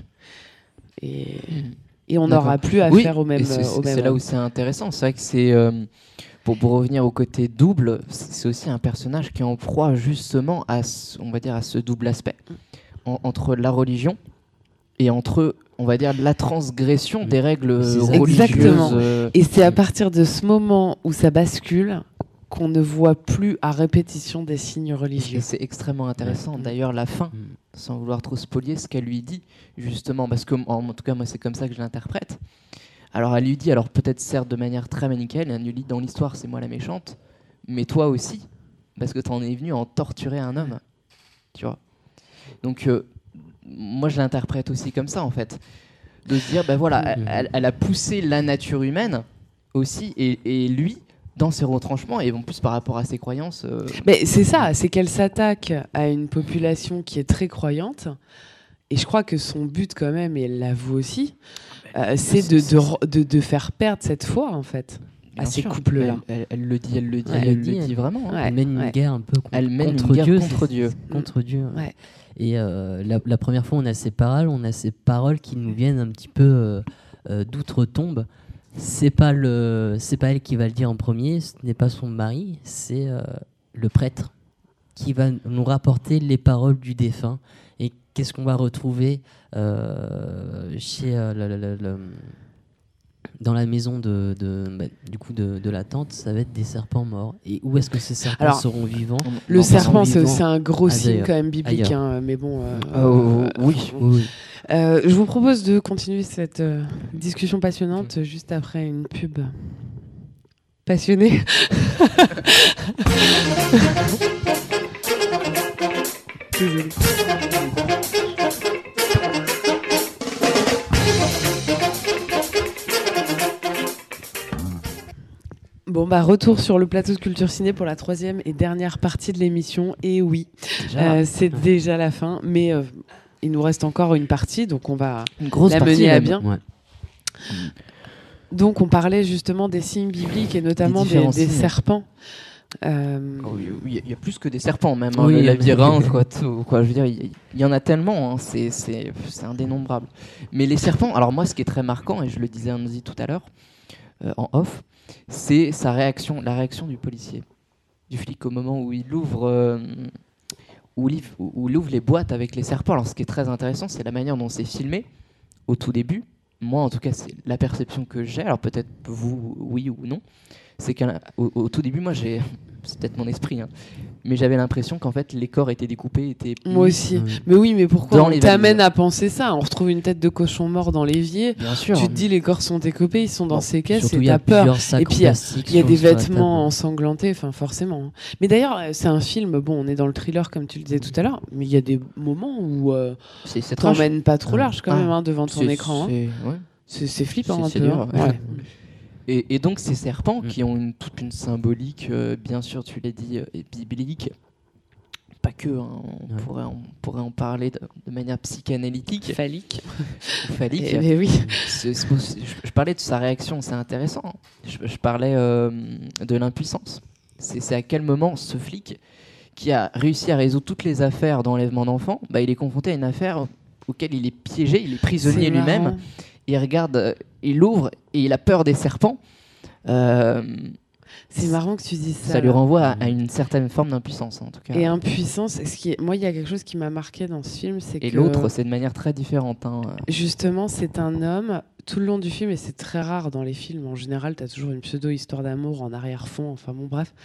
Et on n'aura plus à faire au même.
C'est là où c'est intéressant. C'est vrai que c'est pour revenir au côté double, c'est aussi un personnage qui est en proie justement on va dire, à ce double aspect entre la religion et entre, on va dire, la transgression des règles religieuses.
Exactement. Et c'est à partir de ce moment où ça bascule qu'on ne voit plus à répétition des signes religieux.
Et c'est extrêmement intéressant. D'ailleurs, la fin, sans vouloir trop spolier, ce qu'elle lui dit, justement, parce que, en tout cas, moi, c'est comme ça que je l'interprète. Alors, elle lui dit, alors peut-être certes de manière très manichéenne, elle lui dit, dans l'histoire, c'est moi la méchante, mais toi aussi, parce que t'en es venu à en torturer un homme. Tu vois. Donc, moi, je l'interprète aussi comme ça, en fait. De se dire, ben voilà, elle a poussé la nature humaine aussi, et lui, dans ses retranchements, et en plus par rapport à ses croyances.
Mais c'est ça, c'est qu'elle s'attaque à une population qui est très croyante, et je crois que son but quand même, et elle l'avoue aussi, c'est de faire perdre cette foi, en fait, à ces couples-là.
Elle le dit vraiment. Hein.
Elle mène une guerre un peu contre Dieu. Contre Dieu. Ouais. Et la première fois, on a ces paroles qui nous viennent un petit peu d'outre-tombe. C'est pas elle qui va le dire en premier, ce n'est pas son mari, c'est le prêtre qui va nous rapporter les paroles du défunt. Et qu'est-ce qu'on va retrouver chez dans la maison de la tante, ça va être des serpents morts. Et où est-ce que ces serpents seront vivants?
Le serpent, c'est un gros signe quand même biblique, hein, mais bon.
Oui.
Je vous propose de continuer cette discussion passionnante juste après une pub passionnée. Désolée. Bon, retour sur le plateau de Culture Ciné pour la troisième et dernière partie de l'émission. Et oui, c'est déjà la fin, mais il nous reste encore une partie, donc on va la mener à bien. Ouais. Donc on parlait justement des signes bibliques et notamment des serpents.
Il y a plus que des serpents même, le labyrinthe, quoi. Je veux dire, il y en a tellement, hein, c'est indénombrable. Mais les serpents, alors moi ce qui est très marquant, et je le disais à Andy tout à l'heure, en off, c'est la réaction du policier, du flic au moment où il ouvre les boîtes avec les serpents. Alors ce qui est très intéressant, c'est la manière dont c'est filmé au tout début. Moi en tout cas, c'est la perception que j'ai, alors peut-être vous oui ou non, c'est qu'au tout début, moi c'est peut-être mon esprit, hein, mais j'avais l'impression qu'en fait les corps étaient découpés,
moi aussi. Mais oui, mais pourquoi on t'amène à penser ça? On retrouve une tête de cochon mort dans l'évier. Bien sûr. Tu te dis les corps sont découpés, ils sont dans ces caisses et t'as peur. Et puis il y a des vêtements ensanglantés, enfin forcément. Mais d'ailleurs, c'est un film. Bon, on est dans le thriller comme tu le disais tout à l'heure, mais il y a des moments où t'emmènes pas trop large quand même devant ton écran. C'est flippant un peu.
Et donc ces serpents qui ont toute une symbolique, bien sûr, tu l'as dit, biblique, pas que, hein, on pourrait en parler de manière psychanalytique.
Phallique.
Mais oui. Je parlais de sa réaction, c'est intéressant. Je parlais de l'impuissance. C'est à quel moment ce flic qui a réussi à résoudre toutes les affaires d'enlèvement d'enfants, il est confronté à une affaire auquel il est piégé, il est prisonnier lui-même. Il regarde, il ouvre et il a peur des serpents.
C'est marrant que tu dises ça.
Ça lui renvoie à une certaine forme d'impuissance, en tout cas.
Et impuissance, moi, il y a quelque chose qui m'a marqué dans ce film, c'est que...
Et l'autre, c'est de manière très différente. Hein.
Justement, c'est un homme, tout le long du film, et c'est très rare dans les films, en général, tu as toujours une pseudo-histoire d'amour en arrière-fond, enfin bon, bref...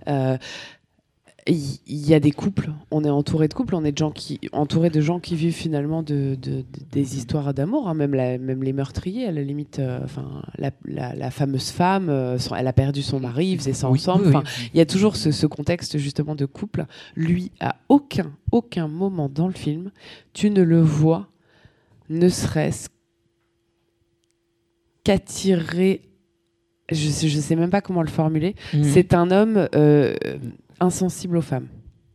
Il y a des couples, on est entouré de couples, on est entouré de gens qui vivent finalement des histoires d'amour, hein, même les meurtriers à la limite, la fameuse femme, elle a perdu son mari, ils faisaient ça ensemble, il y a toujours ce contexte justement de couple. Lui, à aucun moment dans le film, tu ne le vois, ne serait-ce qu'attirer, je sais même pas comment le formuler, c'est un homme... insensible aux femmes.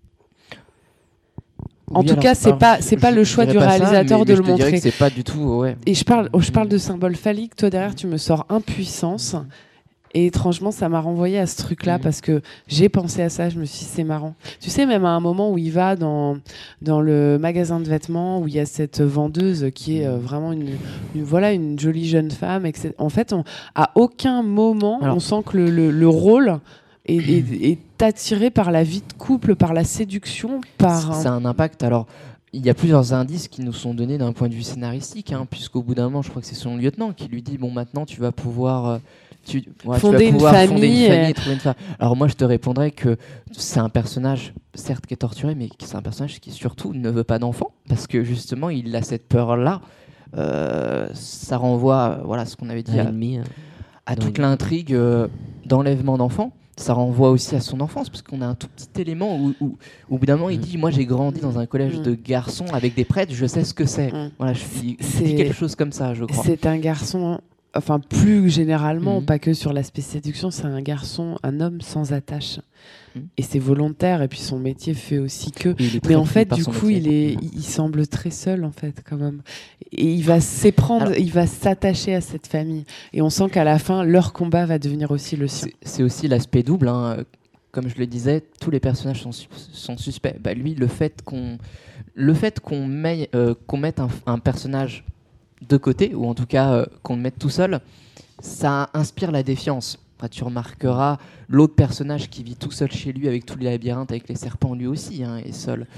En tout cas, c'est pas le choix du réalisateur de le montrer.
C'est pas du tout. Ouais.
Et je parle de symbole phallique. Toi derrière, tu me sors impuissance. Et étrangement, ça m'a renvoyé à ce truc-là parce que j'ai pensé à ça. Je me suis dit, c'est marrant. Tu sais, même à un moment où il va dans le magasin de vêtements, où il y a cette vendeuse qui est vraiment une jolie jeune femme. En fait, à aucun moment, on sent que le rôle est attiré par la vie de couple, par la séduction,
C'est un impact. Alors, il y a plusieurs indices qui nous sont donnés d'un point de vue scénaristique, puisqu'au bout d'un moment, je crois que c'est son lieutenant qui lui dit, bon, maintenant, tu vas pouvoir...
fonder une famille
et trouver une femme. Alors moi je te répondrais que c'est un personnage certes qui est torturé, mais c'est un personnage qui surtout ne veut pas d'enfant parce que justement il a cette peur là. Ça renvoie à ce qu'on avait dit à toute l'intrigue d'enlèvement d'enfants. Ça renvoie aussi à son enfance parce qu'on a un tout petit élément où au bout d'un moment il dit moi j'ai grandi dans un collège de garçons avec des prêtres, je sais ce que c'est. Voilà, il dit quelque chose comme ça, je crois.
C'est un garçon. Enfin, plus généralement, pas que sur l'aspect séduction, c'est un homme sans attache. Et c'est volontaire, et puis son métier fait aussi que... Mais en fait, du coup, il semble très seul, en fait, quand même. Et il va il va s'attacher à cette famille. Et on sent qu'à la fin, leur combat va devenir aussi le sien.
C'est aussi l'aspect double, Comme je le disais, tous les personnages sont suspects. Lui, le fait qu'on mette un personnage de côté, ou en tout cas qu'on le mette tout seul, ça inspire la défiance. Enfin, tu remarqueras l'autre personnage qui vit tout seul chez lui avec tous les labyrinthes, avec les serpents, lui aussi est seul.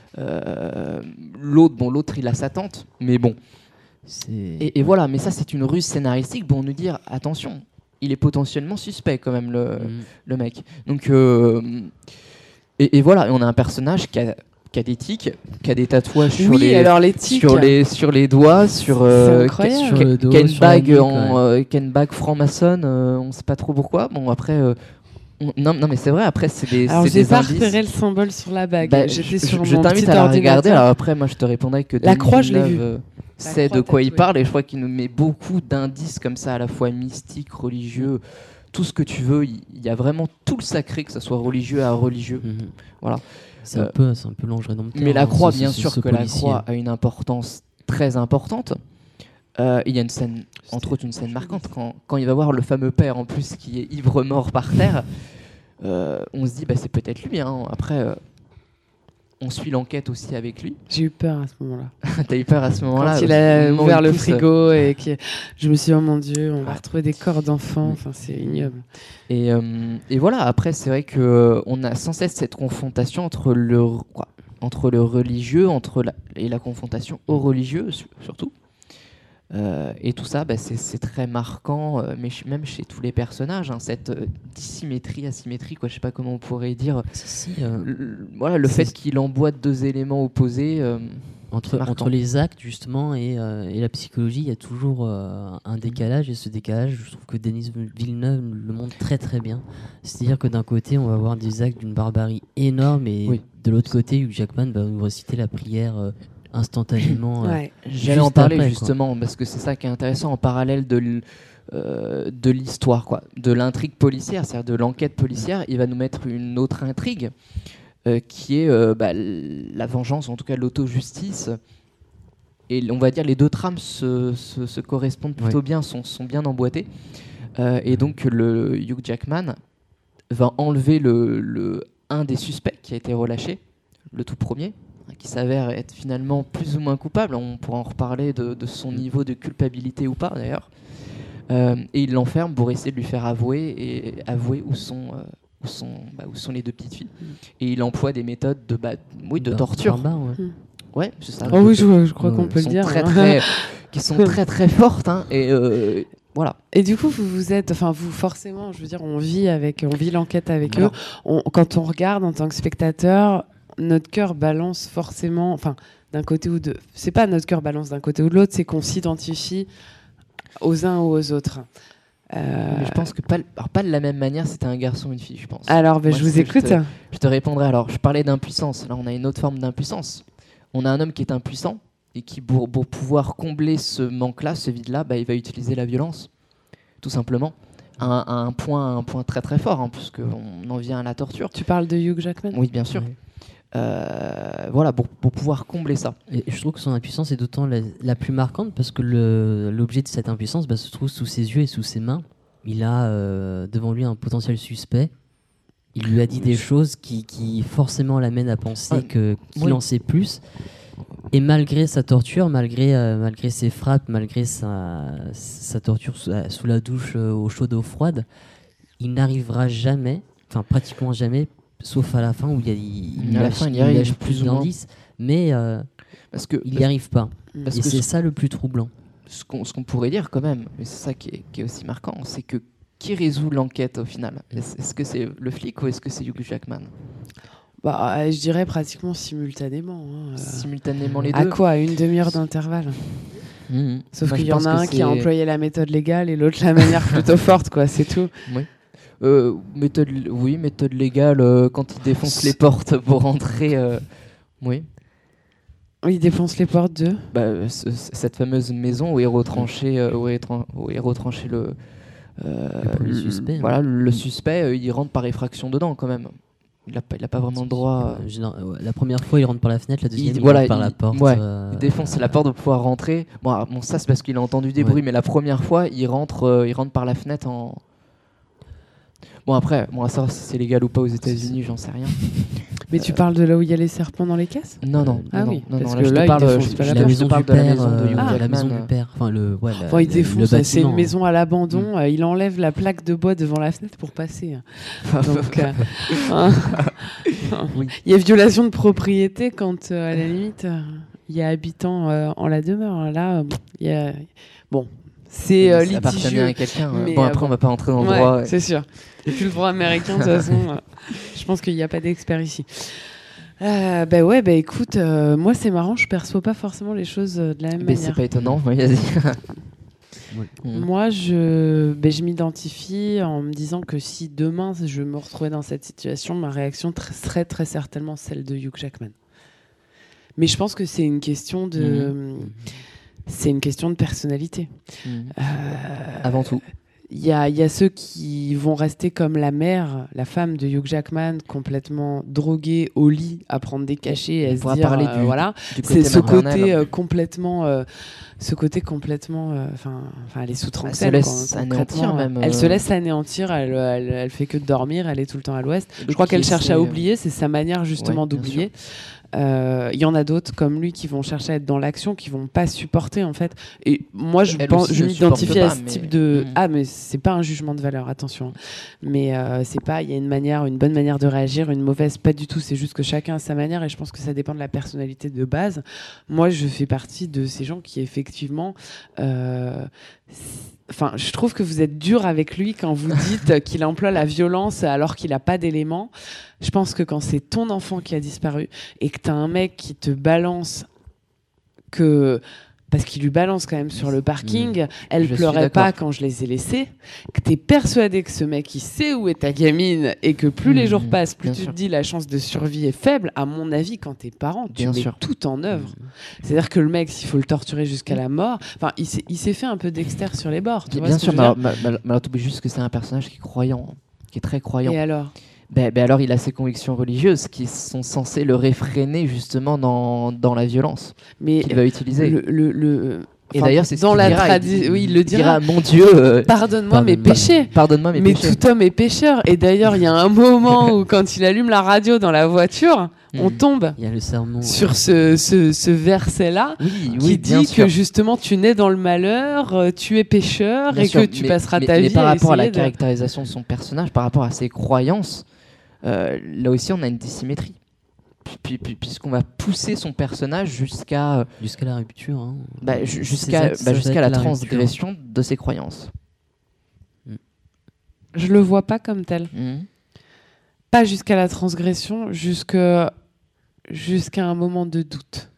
L'autre il a sa tante, mais bon. Et voilà, mais ça c'est une ruse scénaristique pour nous dire attention, il est potentiellement suspect quand même le mec. Donc et voilà, et on a un personnage qui a des tics, qui a des tatouages sur les doigts, sur
le dos,
une bague franc-maçonne, on sait pas trop pourquoi. Bon après, non mais c'est vrai. Après c'est des
alors j'ai pas
indices.
repéré le symbole sur la bague.
Je t'invite à la regarder. Alors après moi je te répondrai que
la croix je l'ai vue.
C'est de quoi il parle et je crois qu'il nous met beaucoup d'indices comme ça à la fois mystiques, religieux. Tout ce que tu veux, il y a vraiment tout le sacré, que ce soit religieux à religieux. Voilà.
C'est un peu l'ange rédempteur.
Mais la croix, bien sûr que la croix a une importance très importante. Il y a une scène, entre autres une scène marquante, quand il va voir le fameux père en plus qui est ivre-mort par terre. On se dit, c'est peut-être lui. Après, on suit l'enquête aussi avec lui.
J'ai eu peur à ce moment-là.
T'as eu peur à ce moment-là?
Quand il a ouvert le frigo et je me suis dit, oh mon Dieu, on va retrouver des corps d'enfants. Enfin, c'est ignoble.
Et voilà, après, c'est vrai qu'on a sans cesse cette confrontation entre le religieux et la confrontation au religieux, surtout. Et tout ça, c'est très marquant, mais même chez tous les personnages, cette dissymétrie, asymétrie, je sais pas comment on pourrait dire. Le fait qu'il emboîte deux éléments opposés.
Entre les actes justement et la psychologie, il y a toujours un décalage, et ce décalage, je trouve que Denis Villeneuve le montre très très bien. C'est-à-dire que d'un côté, on va avoir des actes d'une barbarie énorme, et de l'autre côté, Hugh Jackman va nous réciter la prière instantanément.
J'allais en parler justement, parce que c'est ça qui est intéressant en parallèle de l'histoire, de l'intrigue policière, c'est-à-dire de l'enquête policière. Il va nous mettre une autre intrigue qui est la vengeance, en tout cas l'auto-justice. Et on va dire les deux trames se correspondent plutôt bien, sont bien emboîtées. Et donc le Hugh Jackman va enlever un des suspects qui a été relâché, le tout premier, qui s'avère être finalement plus ou moins coupable. On pourra en reparler de son niveau de culpabilité ou pas d'ailleurs. Et il l'enferme pour essayer de lui faire avouer où sont les deux petites filles. Et il emploie des méthodes de torture. Ouais, c'est ça.
Oh oui, je crois qu'on peut le dire.
Qui sont très très fortes. Et voilà.
Et du coup, vous êtes, vous forcément, je veux dire, on vit l'enquête avec eux. Quand on regarde en tant que spectateur, notre cœur balance forcément, d'un côté ou de. C'est pas notre cœur balance d'un côté ou de l'autre, c'est qu'on s'identifie aux uns ou aux autres.
Mais je pense que pas de la même manière, c'était un garçon ou une fille, je pense.
Alors, je vous écoute.
Je te répondrai. Alors, je parlais d'impuissance. Là, on a une autre forme d'impuissance. On a un homme qui est impuissant et qui, pour pouvoir combler ce manque-là, ce vide-là, il va utiliser la violence, tout simplement. À un point très très fort, puisqu'on en vient à la torture.
Tu parles de Hugh Jackman ?
Oui, bien sûr. Voilà, pour pouvoir combler ça.
Et je trouve que son impuissance est d'autant la plus marquante parce que l'objet de cette impuissance se trouve sous ses yeux et sous ses mains. il a devant lui un potentiel suspect. Il lui a dit des choses qui forcément l'amènent à penser qu'il en sait plus. Et malgré sa torture, malgré ses frappes, malgré sa torture sous la douche eau chaude, eau froide, il n'arrivera jamais, enfin pratiquement jamais, sauf à la fin où il lâche plus d'indices, mais il n'y arrive pas. Et c'est ça le plus troublant.
Ce qu'on pourrait dire quand même, mais c'est ça qui est aussi marquant, c'est que qui résout l'enquête au final ? Est-ce que c'est le flic ou est-ce que c'est Hugh Jackman ?
Je dirais pratiquement simultanément.
Simultanément les deux.
À quoi ? Une demi-heure d'intervalle. Sauf qu'il y en a un qui a employé la méthode légale et l'autre la manière plutôt forte, quoi. C'est tout.
Oui. Méthode légale quand il défonce les portes pour rentrer. Oui.
Il défonce les portes de
cette fameuse maison où est retranché, le
suspect.
Voilà, le suspect, il rentre par effraction dedans quand même. Il a pas vraiment le droit.
La première fois, il rentre par la fenêtre, la deuxième, il rentre par la porte.
Il défonce la porte pour pouvoir rentrer. Bon, ça c'est parce qu'il a entendu des bruits, mais la première fois, il rentre par la fenêtre en. Bon après, à savoir si c'est légal ou pas aux États-Unis, j'en sais rien.
Mais tu parles de là où il y a les serpents dans les caisses ?
Non.
Parce que là, il défonce
la maison du père,
la
maison du père.
Il défonce. C'est une maison à l'abandon. Il enlève la plaque de bois devant la fenêtre pour passer. Donc, il y a violation de propriété quand, à la limite, il y a habitant en la demeure. Là, il y a c'est litigieux. Ça
appartient à quelqu'un. Après, on va pas rentrer dans le droit.
C'est sûr. Et puis le droit américain, de toute façon, je pense qu'il n'y a pas d'expert ici. Écoute, moi c'est marrant, je perçois pas forcément les choses de la même manière.
C'est pas étonnant, vas-y.
Moi, je m'identifie en me disant que si demain je me retrouvais dans cette situation, ma réaction serait très certainement celle de Hugh Jackman. Mais je pense que c'est une question de... C'est une question de personnalité.
Avant tout.
Il y a ceux qui vont rester comme la mère, la femme de Hugh Jackman, complètement droguée au lit, à prendre des cachets et à se dire
parler du côté
c'est ce côté complètement elle est sous tranquille.
Elle se laisse anéantir même.
Elle se laisse anéantir, elle fait que dormir, elle est tout le temps à l'ouest. Je crois qu'elle cherche à oublier, c'est sa manière justement d'oublier. Il y en a d'autres comme lui qui vont chercher à être dans l'action, qui vont pas supporter en fait. Et moi je m'identifie à ce type de mais c'est pas un jugement de valeur, attention. Mais c'est pas, il y a une bonne manière de réagir, une mauvaise, pas du tout. C'est juste que chacun a sa manière et je pense que ça dépend de la personnalité de base. Moi je fais partie de ces gens qui effectivement je trouve que vous êtes dur avec lui quand vous dites qu'il emploie la violence alors qu'il n'a pas d'éléments. Je pense que quand c'est ton enfant qui a disparu et que tu as un mec qui te balance parce qu'il lui balance quand même sur le parking, elle pleurait pas quand je les ai laissés, que t'es persuadé que ce mec il sait où est ta gamine et que plus les jours passent, plus tu te dis la chance de survie est faible. À mon avis, quand t'es parent, tu mets tout en œuvre. C'est-à-dire que le mec, s'il faut le torturer jusqu'à la mort, il s'est fait un peu Dexter sur les bords. Tu vois
bien sûr, mais t'oublies juste que c'est un personnage qui est croyant, qui est très croyant.
Et alors
alors il a ses convictions religieuses qui sont censées le réfréner justement dans la violence qu'il va utiliser. Et d'ailleurs, c'est
dans la tradition. Oui, il le dira.
Mon Dieu,
pardonne-moi mes péchés.
Pardonne-moi mes péchés.
Mais tout homme est pécheur. Et d'ailleurs, il y a un moment où, quand il allume la radio dans la voiture, on tombe
il y a le sermon,
sur ce verset-là qui dit que justement tu nais dans le malheur, tu es pécheur et que tu passeras ta vie.
Mais par rapport à la caractérisation de son personnage, par rapport à ses croyances, là aussi, on a une dissymétrie. Puisqu'on va pousser son personnage jusqu'à
la rupture,
jusqu'à la transgression de ses croyances.
Je le vois pas comme tel. Pas jusqu'à la transgression, jusqu'à un moment de doute.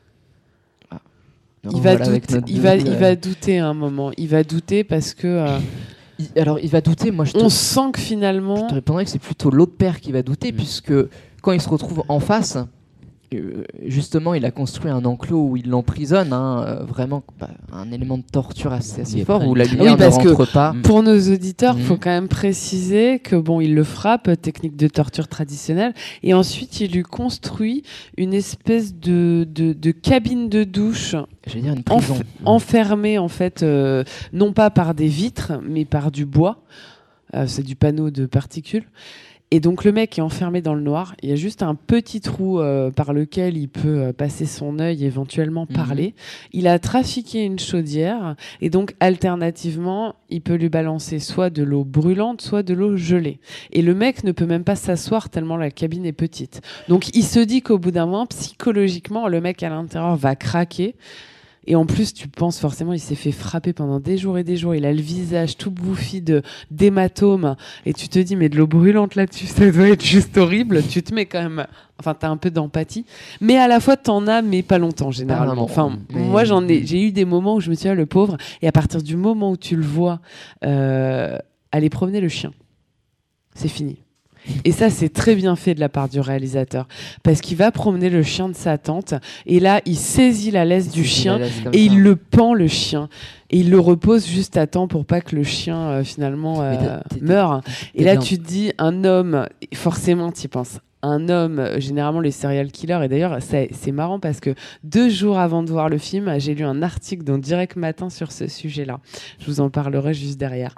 Il va douter à un moment. Il va douter parce que.
Il va douter.
On sent que finalement.
Je te répondrais que c'est plutôt l'autre père qui va douter, puisque quand il se retrouve en face, justement, il a construit un enclos où il l'emprisonne, vraiment un élément de torture assez fort, où la lumière ne rentre pas.
Pour nos auditeurs, il faut quand même préciser que il le frappe, technique de torture traditionnelle, et ensuite il lui construit une espèce de cabine de douche.
J'allais dire une prison.
Enfermée en fait, non pas par des vitres, mais par du bois. C'est du panneau de particules. Et donc le mec est enfermé dans le noir, il y a juste un petit trou par lequel il peut passer son œil, éventuellement parler. Il a trafiqué une chaudière et donc alternativement, il peut lui balancer soit de l'eau brûlante, soit de l'eau gelée. Et le mec ne peut même pas s'asseoir tellement la cabine est petite. Donc il se dit qu'au bout d'un moment, psychologiquement, le mec à l'intérieur va craquer. Et en plus, tu penses forcément, il s'est fait frapper pendant des jours et des jours. Il a le visage tout bouffi d'hématomes. Et tu te dis, mais de l'eau brûlante là-dessus, ça doit être juste horrible. Tu te mets quand même... Enfin, t'as un peu d'empathie. Mais à la fois, t'en as, mais pas longtemps, généralement. Enfin, moi, j'ai eu des moments où je me suis dit, le pauvre. Et à partir du moment où tu le vois aller promener le chien, c'est fini. Et ça, c'est très bien fait de la part du réalisateur. Parce qu'il va promener le chien de sa tante. Et là, il saisit la laisse du chien et il le pend, le chien. Et il le repose juste à temps pour pas que le chien, finalement, meure. Et là, tu te dis, un homme, forcément, tu y penses. Un homme, généralement les serial killers, et d'ailleurs c'est marrant parce que 2 jours avant de voir le film, j'ai lu un article dans Direct Matin sur ce sujet-là. Je vous en parlerai juste derrière.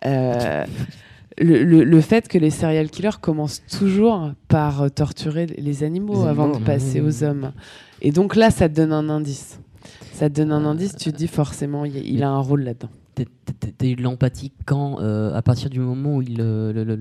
Le fait que les serial killers commencent toujours par torturer les animaux avant de passer aux hommes. Et donc là, ça te donne un indice. Ça te donne un indice, tu te dis forcément, il a un rôle là-dedans.
T'as eu de l'empathie quand, à partir du moment où il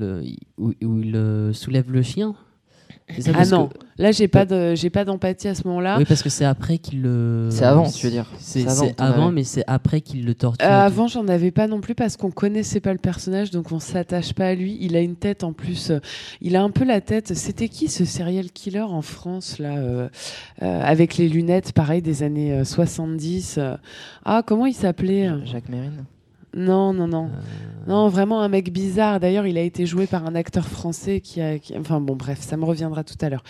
soulève le chien?
Ah non, là j'ai pas d'empathie à ce moment-là.
Oui, parce que c'est après qu'il le...
C'est avant, tu veux dire.
C'est avant, mais c'est après qu'il le torture.
Avant, j'en avais pas non plus parce qu'on connaissait pas le personnage, donc on s'attache pas à lui. Il a une tête en plus, il a un peu la tête... C'était qui ce serial killer en France, là, avec les lunettes, pareil, des années 70 Ah, comment il s'appelait?
Jacques Mérine.
Non, vraiment un mec bizarre. D'ailleurs, il a été joué par un acteur français enfin bon, bref, ça me reviendra tout à l'heure.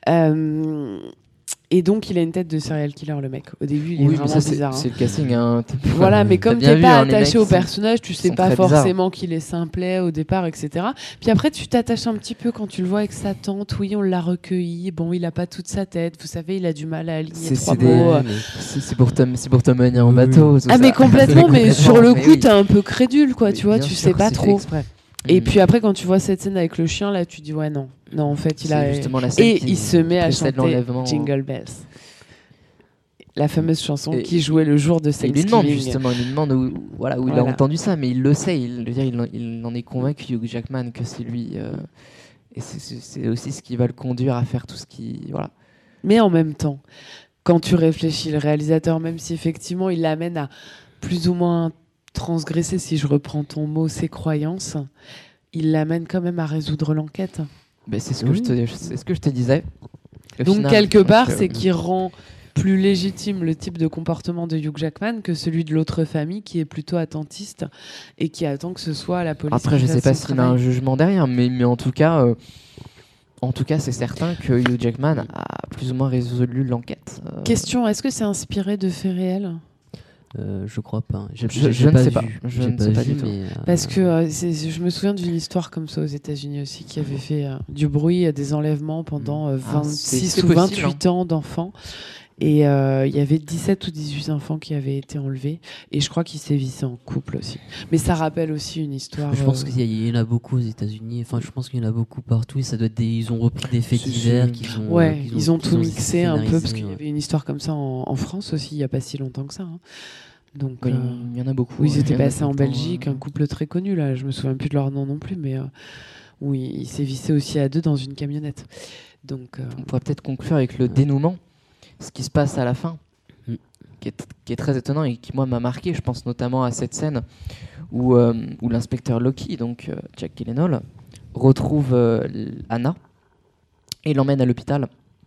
Et donc, il a une tête de serial killer, le mec. Au début, il est vraiment bizarre.
C'est le casting.
Voilà, mais comme t'es pas attaché au
personnage,
personnage, tu sais pas forcément qu'il est simplet au départ, etc. Puis après, tu t'attaches un petit peu quand tu le vois avec sa tante. Oui, on l'a recueilli. Bon, il a pas toute sa tête. Vous savez, il a du mal à aligner 3 mots.
C'est pour te mener en bateau.
Mais complètement. Mais sur le coup, t'es un peu crédule, quoi. Tu vois, tu sais pas trop. Et puis après, quand tu vois cette scène avec le chien, là, tu dis ouais, non, en fait, il a. Et il se met à chanter Jingle Bells, la fameuse chanson qui jouait le jour de Thanksgiving.
Il lui demande où il a entendu ça, mais il le sait. Il en est convaincu, Hugh Jackman, que c'est lui. Et c'est aussi ce qui va le conduire à faire tout ce qui, voilà.
Mais en même temps, quand tu réfléchis, le réalisateur, même si effectivement il l'amène à plus ou moins transgresser, si je reprends ton mot, ses croyances, il l'amène quand même à résoudre l'enquête.
C'est ce que je te disais.
Donc final, quelque part, c'est qu'il rend plus légitime le type de comportement de Hugh Jackman que celui de l'autre famille qui est plutôt attentiste et qui attend que ce soit la police.
Après, je sais pas s'il a un jugement derrière, mais en tout cas, c'est certain que Hugh Jackman a plus ou moins résolu l'enquête.
Question, est-ce que c'est inspiré de faits réels ?
Je crois pas.
Je ne sais pas. Je ne sais pas du tout.
Parce que je me souviens d'une histoire comme ça aux États-Unis aussi qui avait fait du bruit, des enlèvements pendant 26 ou 28 ans d'enfants. Et il y avait 17 ou 18 enfants qui avaient été enlevés. Et je crois qu'ils sévissaient en couple aussi. Mais ça rappelle aussi une histoire.
Je pense qu'il y en a beaucoup aux États-Unis. Enfin, je pense qu'il y en a beaucoup partout. Et ça doit être ils ont repris des faits divers.
Ils ont tout mixé un peu. Parce qu'il y avait une histoire comme ça en France aussi, il n'y a pas si longtemps que ça. Hein. Donc,
il y en a beaucoup.
Ils étaient passés en Belgique, un couple très connu. Là. Je ne me souviens plus de leur nom non plus. Mais où ils sévissaient aussi à 2 dans une camionnette. Donc,
on pourrait peut-être conclure avec le dénouement. Ce qui se passe à la fin, qui est très étonnant et qui, moi, m'a marqué. Je pense notamment à cette scène où l'inspecteur Loki, donc Jack Gyllenhaal, retrouve Anna et l'emmène à l'hôpital.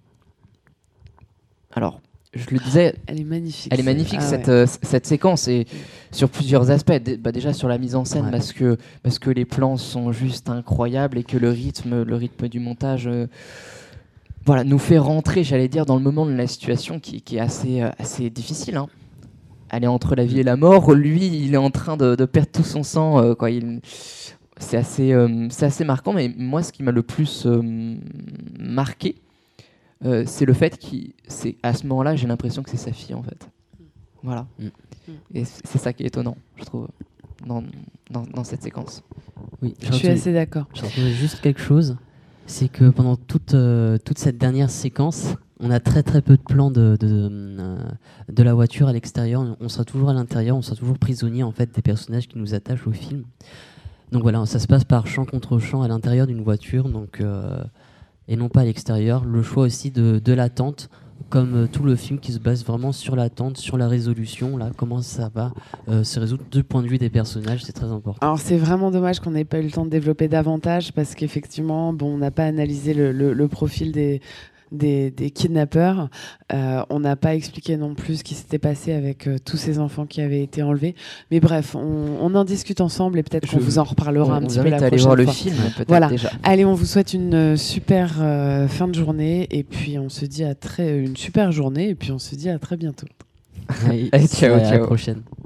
Alors, je le disais...
Elle est magnifique.
Elle est magnifique, cette séquence, et sur plusieurs aspects. Déjà sur la mise en scène, parce que les plans sont juste incroyables et que le rythme du montage... voilà, nous fait rentrer, j'allais dire, dans le moment de la situation qui est assez difficile. Hein. Elle est entre la vie et la mort. Lui, il est en train de perdre tout son sang. C'est assez marquant. Mais moi, ce qui m'a le plus marqué, c'est le fait qu'à ce moment-là, j'ai l'impression que c'est sa fille, en fait. Voilà. Et c'est ça qui est étonnant, je trouve, dans cette séquence.
Oui,
je suis assez d'accord.
Je rajouterais juste quelque chose. C'est que pendant toute cette dernière séquence, on a très très peu de plans de la voiture à l'extérieur. On sera toujours à l'intérieur, on sera toujours prisonnier en fait des personnages qui nous attachent au film. Donc voilà, ça se passe par champ contre champ à l'intérieur d'une voiture, donc et non pas à l'extérieur. Le choix aussi de l'attente, comme tout le film qui se base vraiment sur l'attente, sur la résolution, là, comment ça va se résoudre du point de vue des personnages, c'est très important.
Alors c'est vraiment dommage qu'on n'ait pas eu le temps de développer davantage parce qu'effectivement, on n'a pas analysé le profil des kidnappeurs. On n'a pas expliqué non plus ce qui s'était passé avec tous ces enfants qui avaient été enlevés. Mais bref, on en discute ensemble et peut-être qu'on vous en reparlera un petit peu la prochaine fois.
On vous invite à aller voir le film, peut-être
voilà.
déjà.
Allez, on vous souhaite une super fin de journée et puis on se dit une super journée et puis on se dit à très bientôt.
Allez,
ciao,
à la
ciao.
prochaine.